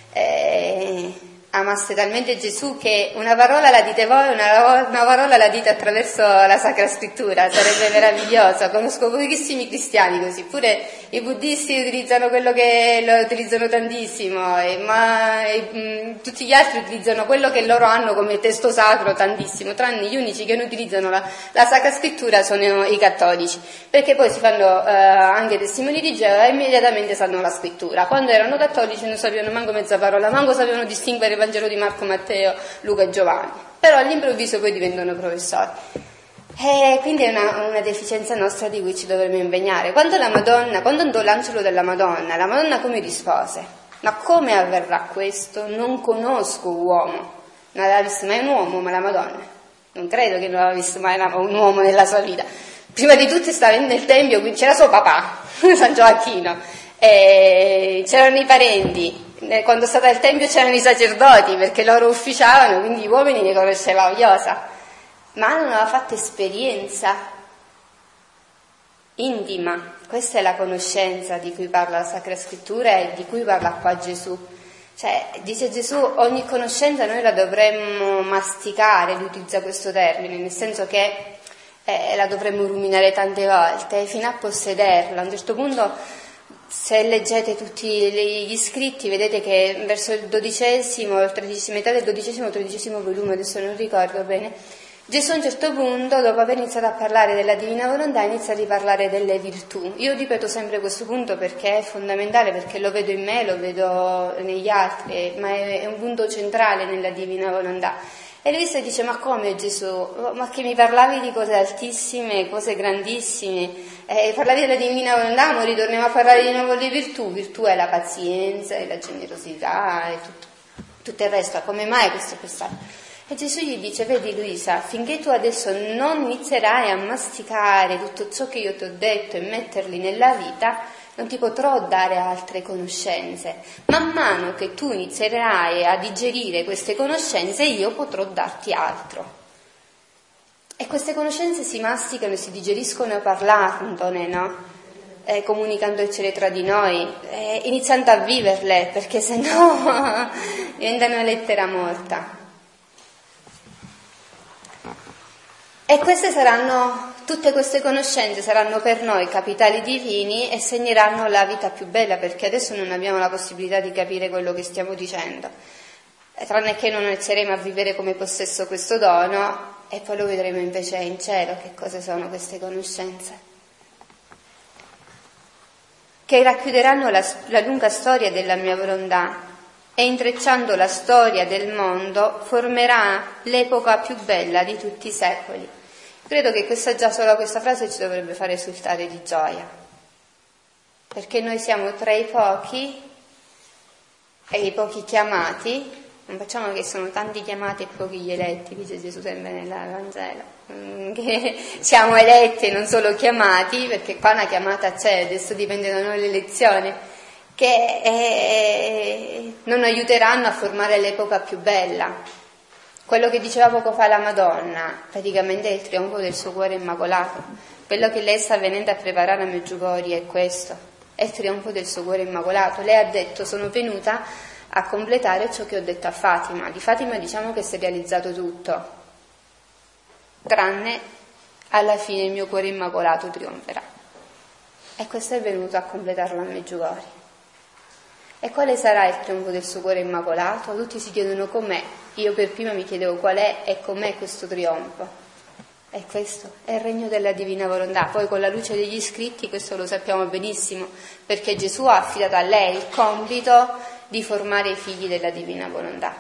eh, amaste talmente Gesù che una parola la dite voi, una, una parola la dite attraverso la Sacra Scrittura, sarebbe meraviglioso. Conosco pochissimi cristiani così, pure i buddisti utilizzano quello che lo utilizzano tantissimo, e, ma e, mh, tutti gli altri utilizzano quello che loro hanno come testo sacro tantissimo, tranne gli unici che non utilizzano la, la Sacra Scrittura sono i cattolici, perché poi si fanno eh, anche testimoni di Geova e immediatamente sanno la scrittura. Quando erano cattolici non sapevano manco mezza parola, manco sapevano distinguere il Vangelo di Marco, Matteo, Luca e Giovanni, però all'improvviso poi diventano professori. E quindi è una, una deficienza nostra di cui ci dovremmo impegnare. Quando la Madonna, quando andò l'angelo della Madonna, la Madonna come rispose? Ma come avverrà questo? Non conosco uomo. Non aveva visto mai un uomo, ma la Madonna non credo che non aveva visto mai un uomo nella sua vita. Prima di tutto stava nel tempio, quindi c'era suo papà, San Gioacchino, e c'erano i parenti. Quando è stata al tempio c'erano i sacerdoti, perché loro ufficiavano, quindi gli uomini ne conosceva Iosa. Ma non aveva fatto esperienza intima. Questa è la conoscenza di cui parla la Sacra Scrittura e di cui parla qua Gesù. Cioè, dice Gesù, ogni conoscenza noi la dovremmo masticare, lui utilizza questo termine, nel senso che eh, la dovremmo ruminare tante volte fino a possederla. A un certo punto, se leggete tutti gli scritti, vedete che verso il dodicesimo, il tredicesimo, metà del dodicesimo o tredicesimo volume, adesso non ricordo bene, Gesù a un certo punto, dopo aver iniziato a parlare della divina volontà, inizia a riparlare delle virtù. Io ripeto sempre questo punto perché è fondamentale, perché lo vedo in me, lo vedo negli altri, ma è un punto centrale nella divina volontà. E lui si dice, ma come Gesù? Ma che mi parlavi di cose altissime, cose grandissime, eh, parlavi della divina volontà, ma ritorniamo a parlare di nuovo di virtù. Virtù è la pazienza, è la generosità, è tutto, tutto il resto. Come mai questo passaggio? E Gesù gli dice, vedi Luisa, finché tu adesso non inizierai a masticare tutto ciò che io ti ho detto e metterli nella vita, non ti potrò dare altre conoscenze. Man mano che tu inizierai a digerire queste conoscenze, io potrò darti altro. E queste conoscenze si masticano e si digeriscono parlandone, no? Eh, comunicandocele tra di noi, eh, iniziando a viverle, perché sennò diventano lettera morta. E queste saranno, tutte queste conoscenze saranno per noi capitali divini e segneranno la vita più bella, perché adesso non abbiamo la possibilità di capire quello che stiamo dicendo, tranne che non inizieremo a vivere come possesso questo dono e poi lo vedremo invece in cielo che cosa sono queste conoscenze, che racchiuderanno la, la lunga storia della mia volontà e intrecciando la storia del mondo formerà l'epoca più bella di tutti i secoli. Credo che questa, già solo questa frase ci dovrebbe fare esultare di gioia, perché noi siamo tra i pochi e i pochi chiamati, non facciamo che sono tanti chiamati e pochi gli eletti, dice Gesù sempre nel Vangelo, che siamo eletti e non solo chiamati, perché qua una chiamata c'è, adesso dipende da noi l'elezione, che eh, non aiuteranno a formare l'epoca più bella. Quello che diceva poco fa la Madonna praticamente è il trionfo del suo cuore immacolato. Quello che lei sta venendo a preparare a Medjugorje è questo, è il trionfo del suo cuore immacolato. Lei ha detto, sono venuta a completare ciò che ho detto a Fatima. Di Fatima diciamo che si è realizzato tutto, tranne alla fine il mio cuore immacolato trionferà. E questo è venuto a completarlo a Medjugorje. E quale sarà il trionfo del suo cuore immacolato? Tutti si chiedono com'è, io per prima mi chiedevo qual è e com'è questo trionfo. È questo, è il regno della divina volontà. Poi con la luce degli scritti questo lo sappiamo benissimo, perché Gesù ha affidato a lei il compito di formare i figli della divina volontà.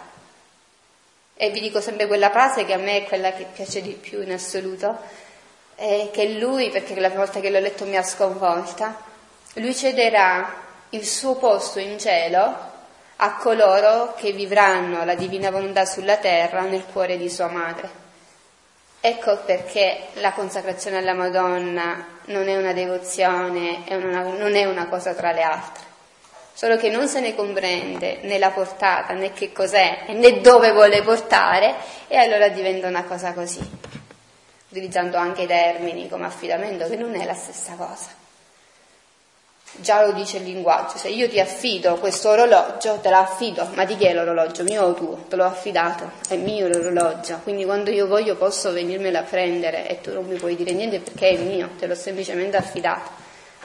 E vi dico sempre quella frase che a me è quella che piace di più in assoluto, è che lui, perché la volta che l'ho letto mi ha sconvolta, lui cederà il suo posto in cielo a coloro che vivranno la divina volontà sulla terra nel cuore di sua madre. Ecco perché la consacrazione alla Madonna non è una devozione, è una, non è una cosa tra le altre, solo che non se ne comprende né la portata, né che cos'è, né dove vuole portare, e allora diventa una cosa così, utilizzando anche i termini come affidamento, che non è la stessa cosa. Già lo dice il linguaggio, se io ti affido questo orologio, te lo affido, ma di chi è l'orologio? Mio o tuo? Te l'ho affidato, è mio l'orologio, quindi quando io voglio posso venirmela a prendere e tu non mi puoi dire niente perché è mio, te l'ho semplicemente affidato.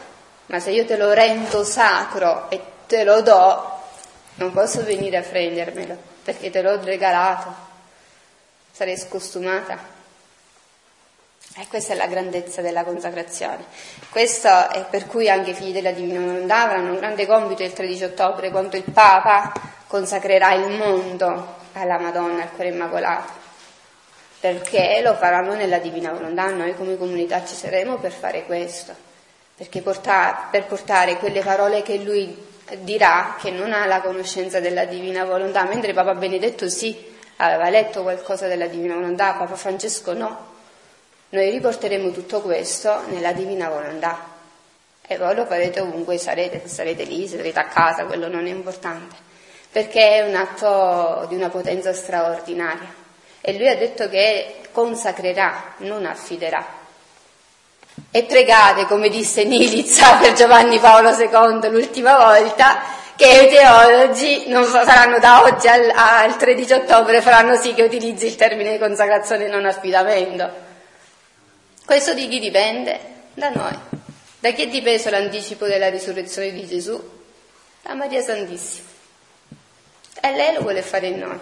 ma se io te lo rendo sacro e te lo do, non posso venire a prendermelo, perché te l'ho regalato, sarei scostumata. E questa è la grandezza della consacrazione. Questo è per cui anche i figli della Divina Volontà avranno un grande compito il tredici ottobre, quando il Papa consacrerà il mondo alla Madonna, al Cuore Immacolato, perché lo faranno nella Divina Volontà. Noi come comunità ci saremo per fare questo, perché porta, per portare quelle parole che lui dirà, che non ha la conoscenza della Divina Volontà, mentre Papa Benedetto sì, aveva letto qualcosa della Divina Volontà, Papa Francesco no. Noi riporteremo tutto questo nella Divina Volontà e voi lo farete ovunque sarete, se sarete lì, se sarete a casa, quello non è importante, perché è un atto di una potenza straordinaria. E lui ha detto che consacrerà, non affiderà. E pregate, come disse Nilizza per Giovanni Paolo secondo l'ultima volta, che i teologi non faranno da oggi al, al tredici ottobre, faranno sì che utilizzi il termine consacrazione e non affidamento. Questo di chi dipende? Da noi. Da chi è dipeso l'anticipo della risurrezione di Gesù? Da Maria Santissima. E lei lo vuole fare in noi.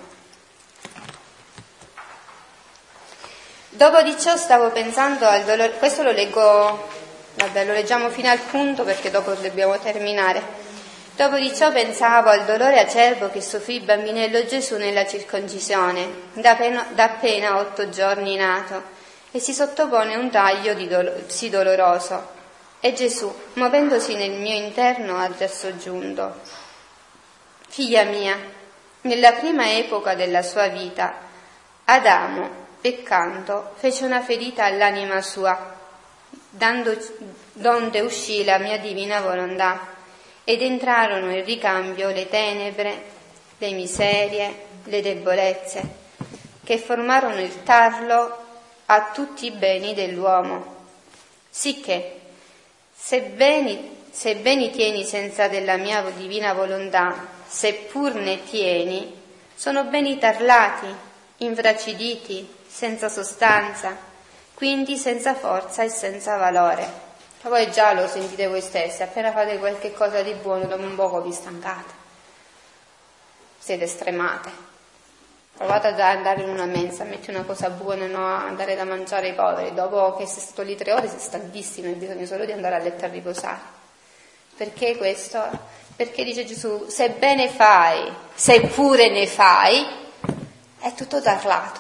Dopo di ciò stavo pensando al dolore, questo lo leggo, vabbè, lo leggiamo fino al punto perché dopo dobbiamo terminare. Dopo di ciò pensavo al dolore acerbo che soffrì il bambinello Gesù nella circoncisione, da appena, da appena otto giorni nato, e si sottopone a un taglio di dolo, sì doloroso. E Gesù, muovendosi nel mio interno, ha già soggiunto: figlia mia, nella prima epoca della sua vita, Adamo, peccando, fece una ferita all'anima sua, dando, donde uscì la mia divina volontà, ed entrarono in ricambio le tenebre, le miserie, le debolezze, che formarono il tarlo a tutti i beni dell'uomo, sicché se beni, se beni tieni senza della mia divina volontà, seppur ne tieni, sono beni tarlati, infraciditi, senza sostanza, quindi senza forza e senza valore. Voi già lo sentite voi stessi, appena fate qualche cosa di buono, dopo un poco vi stancate, siete stremate. Provate ad andare in una mensa, metti una cosa buona, no, andare da mangiare ai poveri, dopo che sei stato lì tre ore sei stanchissimo e hai bisogno solo di andare a letto a riposare. Perché questo? Perché dice Gesù, se bene fai, se pure ne fai, è tutto tarlato.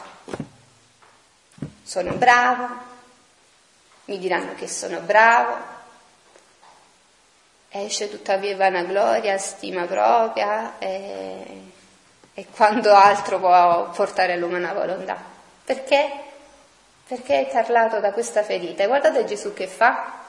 Sono bravo, mi diranno che sono bravo, esce tuttavia vanagloria, stima propria e... e quanto altro può portare all'umana volontà. Perché? Perché è tarlato da questa ferita. E guardate Gesù che fa.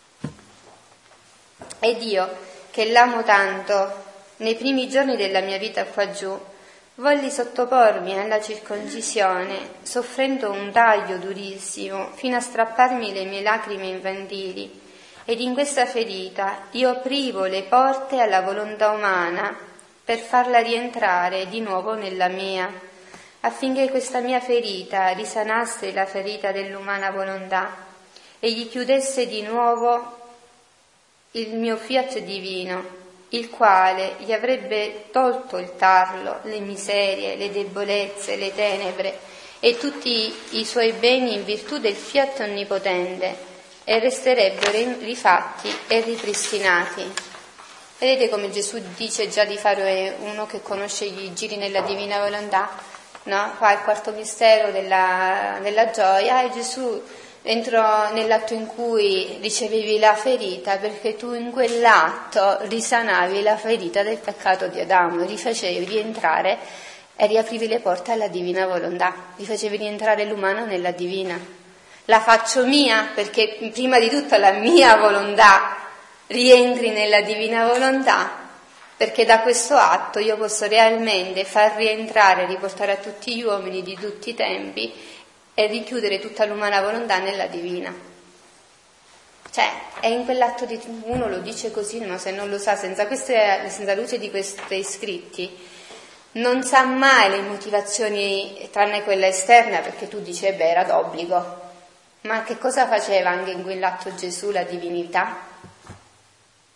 Ed io, che l'amo tanto, nei primi giorni della mia vita qua giù, volli sottopormi alla circoncisione, soffrendo un taglio durissimo, fino a strapparmi le mie lacrime infantili. Ed in questa ferita io aprivo le porte alla volontà umana, per farla rientrare di nuovo nella mia, affinché questa mia ferita risanasse la ferita dell'umana volontà e gli chiudesse di nuovo il mio fiat divino, il quale gli avrebbe tolto il tarlo, le miserie, le debolezze, le tenebre e tutti i suoi beni in virtù del fiat onnipotente, e resterebbero rifatti e ripristinati. Vedete come Gesù dice già di fare uno che conosce i giri nella divina volontà, no? Fa il quarto mistero della, della gioia, e Gesù entrò nell'atto in cui ricevevi la ferita, perché tu in quell'atto risanavi la ferita del peccato di Adamo, rifacevi rientrare e riaprivi le porte alla divina volontà, rifacevi rientrare l'umano nella divina. La faccio mia perché prima di tutto la mia volontà rientri nella divina volontà, perché da questo atto io posso realmente far rientrare, riportare a tutti gli uomini di tutti i tempi e richiudere tutta l'umana volontà nella divina. Cioè, è in quell'atto di uno lo dice così, ma se non lo sa, senza, queste, senza luce di questi scritti, non sa mai le motivazioni, tranne quella esterna, perché tu dici, beh, era d'obbligo. Ma che cosa faceva anche in quell'atto Gesù, la divinità?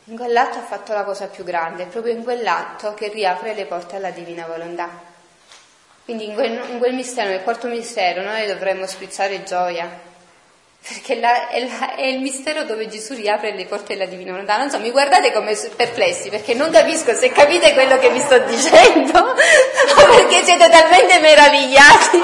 In quell'atto ha fatto la cosa più grande, è proprio in quell'atto che riapre le porte alla divina volontà. Quindi in quel, in quel mistero, nel quarto mistero, noi dovremmo sprizzare gioia, perché la, è, la, è il mistero dove Gesù riapre le porte della divina volontà. Non so, mi guardate come perplessi, perché non capisco se capite quello che vi sto dicendo, o perché siete talmente meravigliati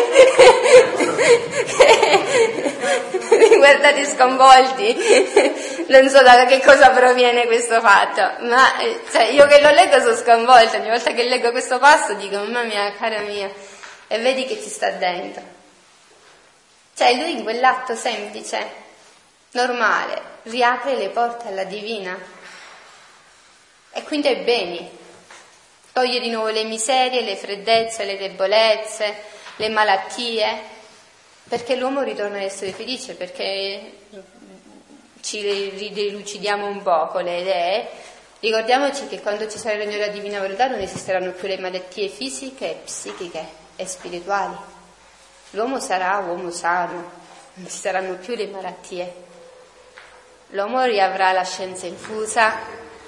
mi guardate sconvolti. Non so da che cosa proviene questo fatto, ma cioè, io che lo leggo sono sconvolta. Ogni volta che leggo questo passo dico, mamma mia, cara mia, e vedi che ci sta dentro. Cioè lui in quell'atto semplice, normale, riapre le porte alla divina e quindi ai beni, toglie di nuovo le miserie, le freddezze, le debolezze, le malattie, perché l'uomo ritorna ad essere felice, perché ci ridelucidiamo un poco le idee. Ricordiamoci che quando ci sarà il regno della divina volontà non esisteranno più le malattie fisiche, psichiche e spirituali. L'uomo sarà uomo sano, non ci saranno più le malattie. L'uomo riavrà la scienza infusa.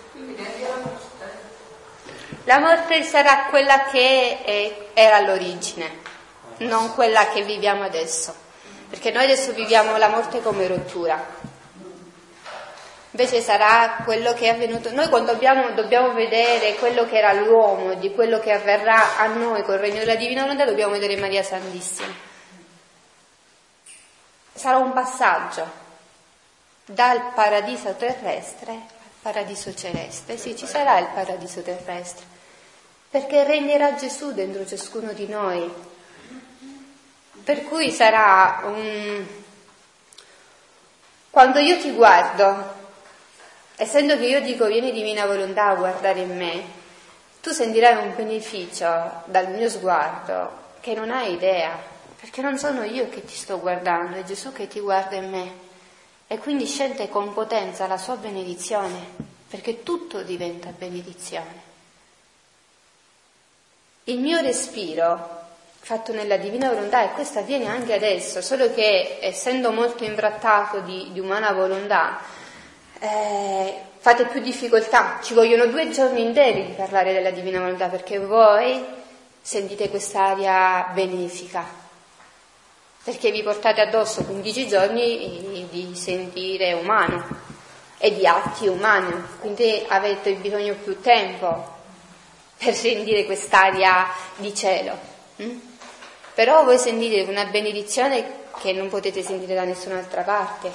La morte sarà quella che è, era all'origine, non quella che viviamo adesso, perché noi adesso viviamo la morte come rottura. Invece sarà quello che è avvenuto. Noi quando dobbiamo, dobbiamo vedere quello che era l'uomo, di quello che avverrà a noi col regno della divina volontà, dobbiamo vedere Maria Santissima. Sarà un passaggio dal paradiso terrestre al paradiso celeste. Sì, ci sarà il paradiso terrestre, perché regnerà Gesù dentro ciascuno di noi. Per cui sarà un... Quando io ti guardo, essendo che io dico vieni divina volontà a guardare in me, tu sentirai un beneficio dal mio sguardo che non hai idea, perché non sono io che ti sto guardando, è Gesù che ti guarda in me, e quindi scende con potenza la sua benedizione, perché tutto diventa benedizione. Il mio respiro fatto nella divina volontà, e questo avviene anche adesso, solo che essendo molto imbrattato di, di umana volontà, eh, fate più difficoltà, ci vogliono due giorni interi di parlare della divina volontà, perché voi sentite quest'aria benefica, perché vi portate addosso quindici giorni di sentire umano e di atti umani, quindi avete bisogno più tempo per sentire quest'aria di cielo. Mm? Però voi sentite una benedizione che non potete sentire da nessun'altra parte.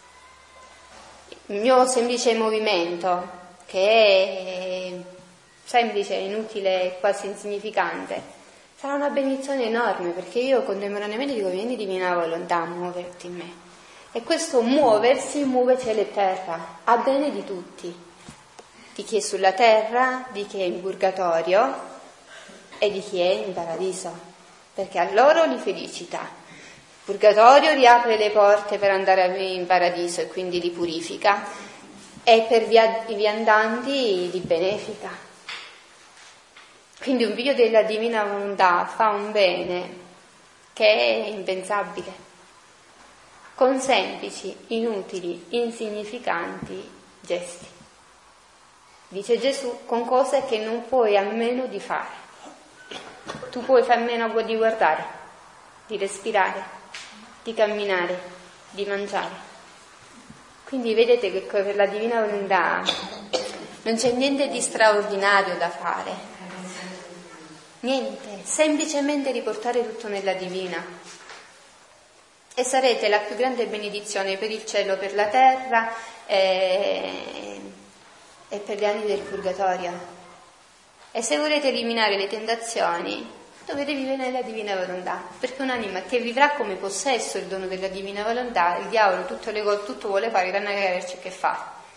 Il mio semplice movimento, che è semplice, inutile, quasi insignificante, sarà una benedizione enorme, perché io contemporaneamente dico vieni divina volontà a muoverti in me, e questo muoversi muove cielo e terra a bene di tutti, di chi è sulla terra, di chi è in purgatorio e di chi è in paradiso, perché a loro li felicita. Il purgatorio riapre le porte per andare in paradiso e quindi li purifica, e per via, i viandanti li benefica. Quindi un figlio della divina volontà fa un bene che è impensabile, con semplici, inutili, insignificanti gesti. Dice Gesù, con cose che non puoi a meno di fare. Tu puoi far meno di guardare, di respirare, di camminare, di mangiare. Quindi vedete che per la divina volontà non c'è niente di straordinario da fare, niente, semplicemente riportare tutto nella divina, e sarete la più grande benedizione per il cielo, per la terra e, e per gli anni del purgatorio. E se volete eliminare le tentazioni, dovete vivere nella divina volontà, perché un'anima che vivrà come possesso il dono della divina volontà, il diavolo tutto, le cose, tutto vuole fare tranne che averci che fare,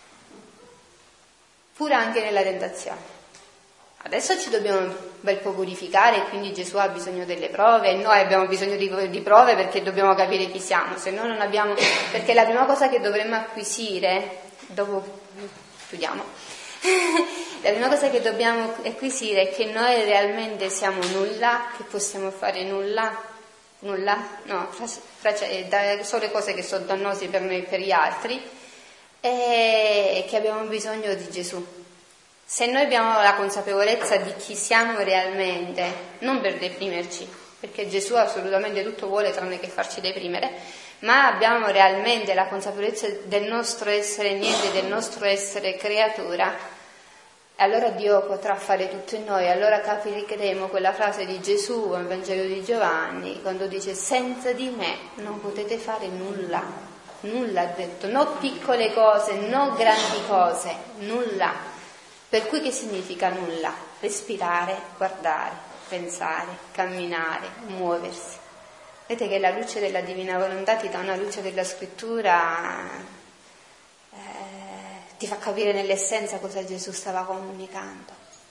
pure anche nella tentazione. Adesso ci dobbiamo un bel po' purificare, e quindi Gesù ha bisogno delle prove, e noi abbiamo bisogno di, di prove perché dobbiamo capire chi siamo, se no non abbiamo, perché la prima cosa che dovremmo acquisire, dopo chiudiamo, la prima cosa che dobbiamo acquisire è che noi realmente siamo nulla, che possiamo fare nulla, nulla, no, fra, fra, da solo cose che sono dannose per noi e per gli altri, e che abbiamo bisogno di Gesù. Se noi abbiamo la consapevolezza di chi siamo realmente, non per deprimerci, perché Gesù assolutamente tutto vuole tranne che farci deprimere, ma abbiamo realmente la consapevolezza del nostro essere niente, del nostro essere creatura, allora Dio potrà fare tutto in noi. Allora capiremo quella frase di Gesù nel Vangelo di Giovanni, quando dice: senza di me non potete fare nulla, nulla ha detto, non piccole cose, non grandi cose, nulla. Per cui che significa nulla? Respirare, guardare, pensare, camminare, muoversi. Vedete che la luce della Divina Volontà ti dà una luce della Scrittura, eh, ti fa capire nell'essenza cosa Gesù stava comunicando.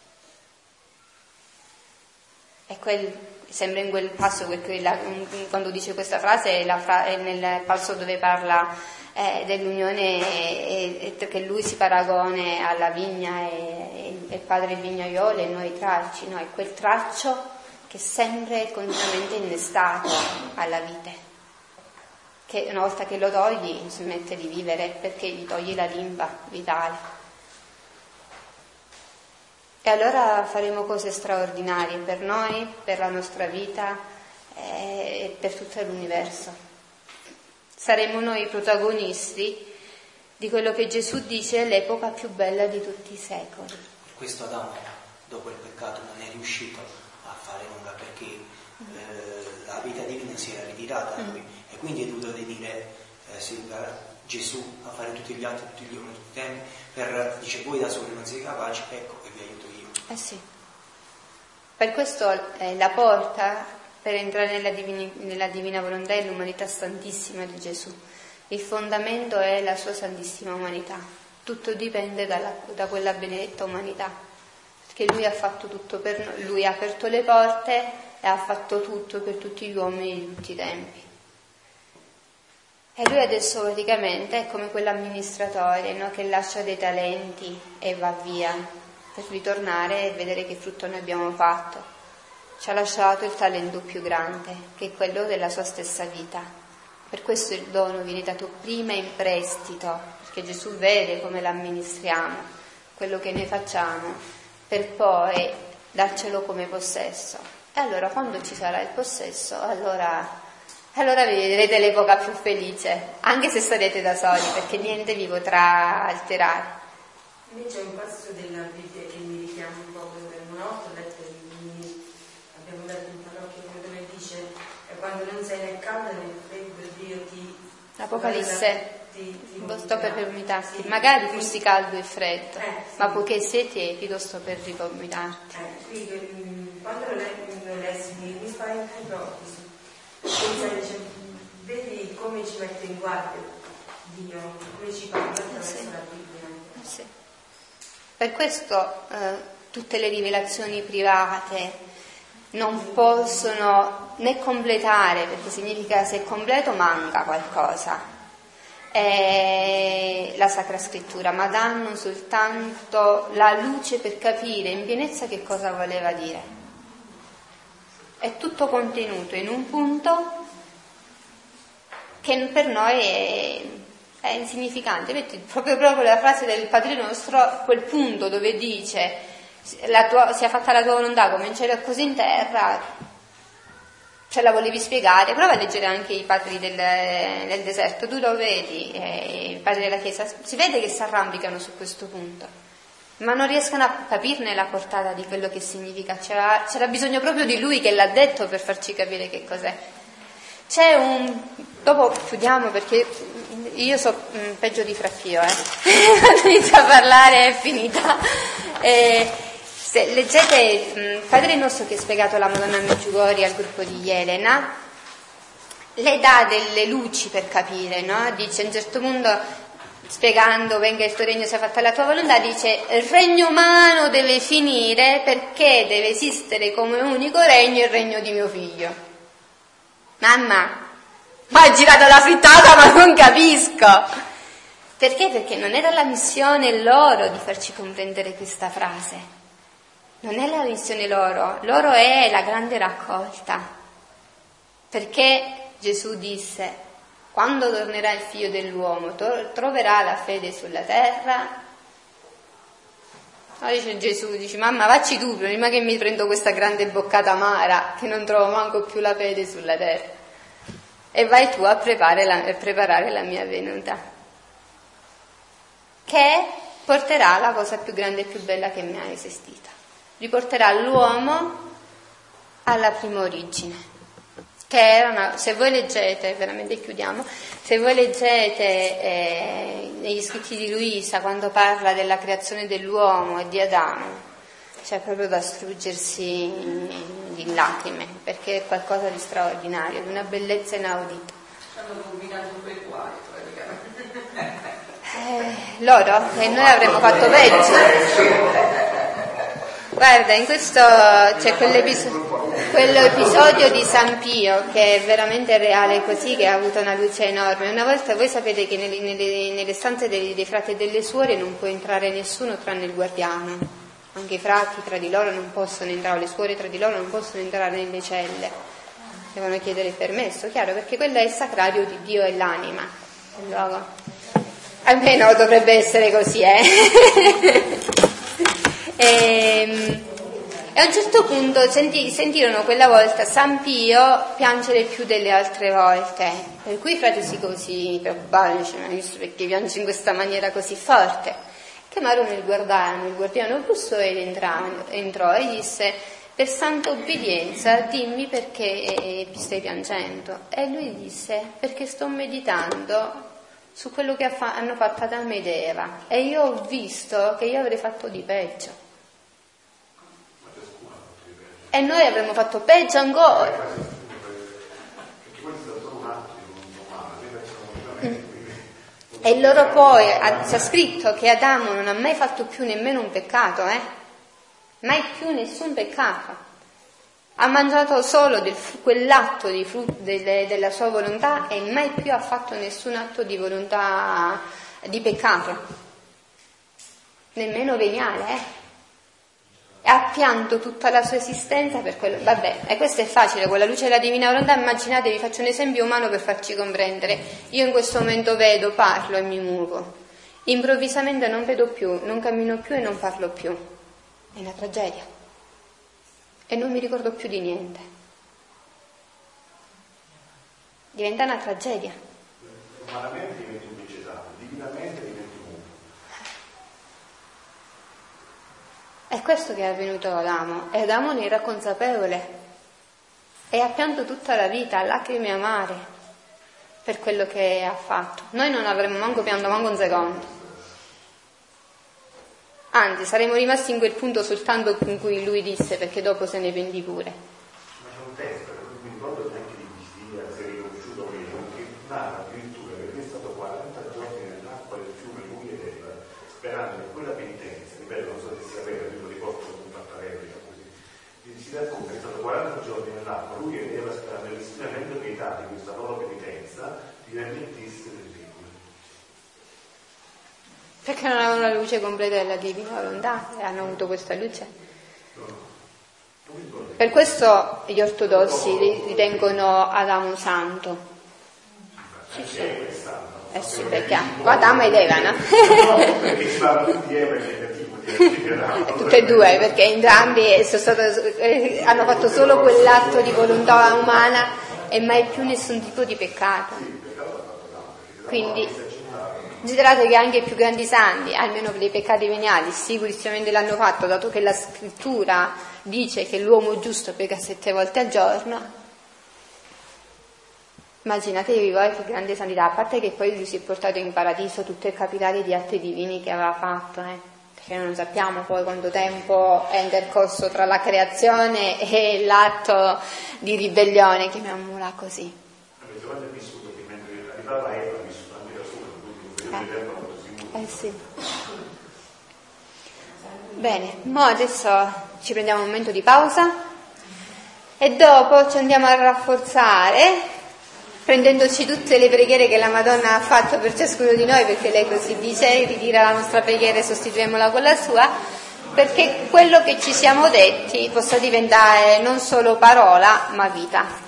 E quel, sembra in quel passo, quella, quando dice questa frase, la fra, è nel passo dove parla eh, dell'unione, e, e, che lui si paragone alla vigna e, e il padre il vignaiolo e noi i tralci, no? È quel tralcio che sempre è continuamente innestato alla vite, che una volta che lo togli smette di vivere perché gli togli la linfa vitale. E allora faremo cose straordinarie per noi, per la nostra vita e per tutto l'universo. Saremo noi i protagonisti di quello che Gesù dice è l'epoca più bella di tutti i secoli. Per questo Adamo, dopo il peccato, non è riuscito a fare nulla, perché eh, la vita divina si era ritirata da lui, mm. e quindi è dovuto venire eh, sì, Gesù a fare tutti gli atti, tutti gli uomini, tutti i tempi, per, dice, voi da soli non siete capaci, ecco, e vi aiuto io. Eh sì. Per questo eh, la porta per entrare nella, divini, nella divina volontà è l'umanità santissima di Gesù. Il fondamento è la sua santissima umanità. Tutto dipende dalla, da quella benedetta umanità, perché lui ha fatto tutto per noi, lui ha aperto le porte e ha fatto tutto per tutti gli uomini di tutti i tempi. E lui adesso praticamente è come quell'amministratore, no? Che lascia dei talenti e va via per ritornare e vedere che frutto ne abbiamo fatto. Ci ha lasciato il talento più grande, che è quello della sua stessa vita. Per questo il dono viene dato prima in prestito, perché Gesù vede come l'amministriamo, quello che ne facciamo, per poi darcelo come possesso. E allora quando ci sarà il possesso, allora, allora vedrete l'epoca più felice, anche se sarete da soli, perché niente vi potrà alterare. Invece c'è un passo della Bibbia che mi richiama un po' quello che una volta ho letto, abbiamo letto in parrocchia, dove dice eh, quando non sei né caldo né freddo, Dio ti... L'Apocalisse, ti, ti sto per vomitarti, sì, magari sì. fossi caldo e freddo, eh, sì. ma poiché sei tiepido sto per rivomitarti. Eh, quindi, quando lo, lo lessi mi, mi spaventai proprio, sì. Dice, vedi come ci mette in guardia Dio, come ci parla attraverso sì. la Bibbia. Sì. Per questo eh, tutte le rivelazioni private non possono né completare, perché significa se è completo manca qualcosa, eh, la Sacra Scrittura, ma danno soltanto la luce per capire in pienezza che cosa voleva dire. È tutto contenuto in un punto che per noi è... è insignificante. Metti proprio proprio la frase del Padre Nostro, quel punto dove dice la tua, sia fatta la tua volontà come in cielo e così in terra, ce la volevi spiegare. Prova a leggere anche i padri del, del deserto, tu lo vedi, eh, i padri della Chiesa, si vede che si arrampicano su questo punto, ma non riescono a capirne la portata di quello che significa. C'era, c'era bisogno proprio di lui che l'ha detto per farci capire che cos'è. C'è un... dopo chiudiamo perché io so mh, peggio di Fraffio, eh. Quando inizio a parlare è finita. Eh, se leggete mh, Padre Nostro che ha spiegato la Madonna Medjugorje al gruppo di Elena, le dà delle luci per capire, no? Dice a un certo punto, spiegando venga il tuo regno sia fatta la tua volontà, dice il regno umano deve finire perché deve esistere come unico regno il regno di mio figlio. Mamma, ma hai girato la frittata ma non capisco. Perché? Perché non era la missione loro di farci comprendere questa frase. Non è la missione loro, loro è la grande raccolta. Perché Gesù disse quando tornerà il figlio dell'uomo, to- troverà la fede sulla terra? No, dice Gesù, dice, mamma vacci tu prima che mi prendo questa grande boccata amara, che non trovo manco più la fede sulla terra. E vai tu a preparare la, a preparare la mia venuta, che porterà la cosa più grande e più bella che mi ha esistita. Riporterà l'uomo alla prima origine, che era una, se voi leggete, veramente chiudiamo, se voi leggete eh, negli scritti di Luisa, quando parla della creazione dell'uomo e di Adamo, c'è proprio da struggersi in lacrime, perché è qualcosa di straordinario, di una bellezza inaudita. Hanno combinato quei guai praticamente. Eh, loro? E noi avremmo fatto peggio. Guarda, in questo c'è quell'episodio, quell'episodio di San Pio che è veramente reale così, che ha avuto una luce enorme. Una volta, voi sapete che nelle, nelle, nelle stanze dei, dei frati e delle suore non può entrare nessuno tranne il guardiano. Anche i frati tra di loro non possono entrare, le suore tra di loro non possono entrare nelle celle, devono chiedere il permesso, chiaro, perché quello è il sacrario di Dio e l'anima, il luogo. Almeno dovrebbe essere così, eh? e, e a un certo punto senti, sentirono quella volta San Pio piangere più delle altre volte, per cui i frati si così preoccupavano, dicevano, perché piange in questa maniera così forte? Chiamarono il guardiano, il guardiano bussò ed entrò, entrò e disse: per santa obbedienza dimmi perché stai piangendo. E lui disse: perché sto meditando su quello che hanno fatto Adamo ed Eva e io ho visto che io avrei fatto di peggio e noi avremmo fatto peggio ancora. Mm. E loro poi, c'è scritto che Adamo non ha mai fatto più nemmeno un peccato, eh? Mai più nessun peccato. Ha mangiato solo del, quell'atto di frutto delle, della sua volontà e mai più ha fatto nessun atto di volontà di peccato. Nemmeno veniale, eh? E ha pianto tutta la sua esistenza per quello. Vabbè, e questo è facile, con la luce della divina volontà. Immaginate, vi faccio un esempio umano per farci comprendere. Io in questo momento vedo, parlo e mi muovo. Improvvisamente non vedo più, non cammino più e non parlo più. È una tragedia. E non mi ricordo più di niente. Diventa una tragedia. Umanamente diventi un vegetato, divinamente diventi un uomo. È questo che è avvenuto ad Adamo, e Adamo ne era consapevole e ha pianto tutta la vita, lacrime amare per quello che ha fatto. Noi non avremmo manco pianto manco un secondo, anzi saremmo rimasti in quel punto soltanto in cui lui disse, perché dopo se ne pentì pure. Ma c'è un testo, mi ricordo neanche di Visilia, si è riconosciuto meno, che narra addirittura che lui è stato quaranta giorni nell'acqua del fiume, lui ed Eva, sperando che quella penitenza, ripeto, non so se sia vero, io lo riporto con tanta replica così, si racconta che è stato quaranta giorni nell'acqua, lui ed Eva sperando l'estremamente pietà di questa loro penitenza, di rimettisse del regole. Perché non avevano la luce completa della divina volontà e hanno avuto questa luce. Per questo gli ortodossi ritengono Adamo santo. Sì, sì. Eh sì, perché Adamo ed Eva, no? Perché si parla più di Eva che di tutte e due, perché entrambi sono stato, eh, hanno fatto solo quell'atto di volontà umana e mai più nessun tipo di peccato. Quindi considerate che anche i più grandi santi, almeno per i peccati veniali, sicuramente l'hanno fatto, dato che la scrittura dice che l'uomo giusto pecca sette volte al giorno. Immaginatevi voi che grande santità, a parte che poi lui si è portato in paradiso tutto il capitale di atti divini che aveva fatto, eh? Perché non sappiamo poi quanto tempo è intercorso tra la creazione e l'atto di ribellione, chiamiamola così. Avete quando è vissuto che mentre arrivava Eva ha vissuto anche da solo, quindi un periodo di tempo così. Eh sì. Bene, mo adesso ci prendiamo un momento di pausa e dopo ci andiamo a rafforzare prendendoci tutte le preghiere che la Madonna ha fatto per ciascuno di noi, perché lei così dice, ritira la nostra preghiera e sostituiamola con la sua, perché quello che ci siamo detti possa diventare non solo parola ma vita.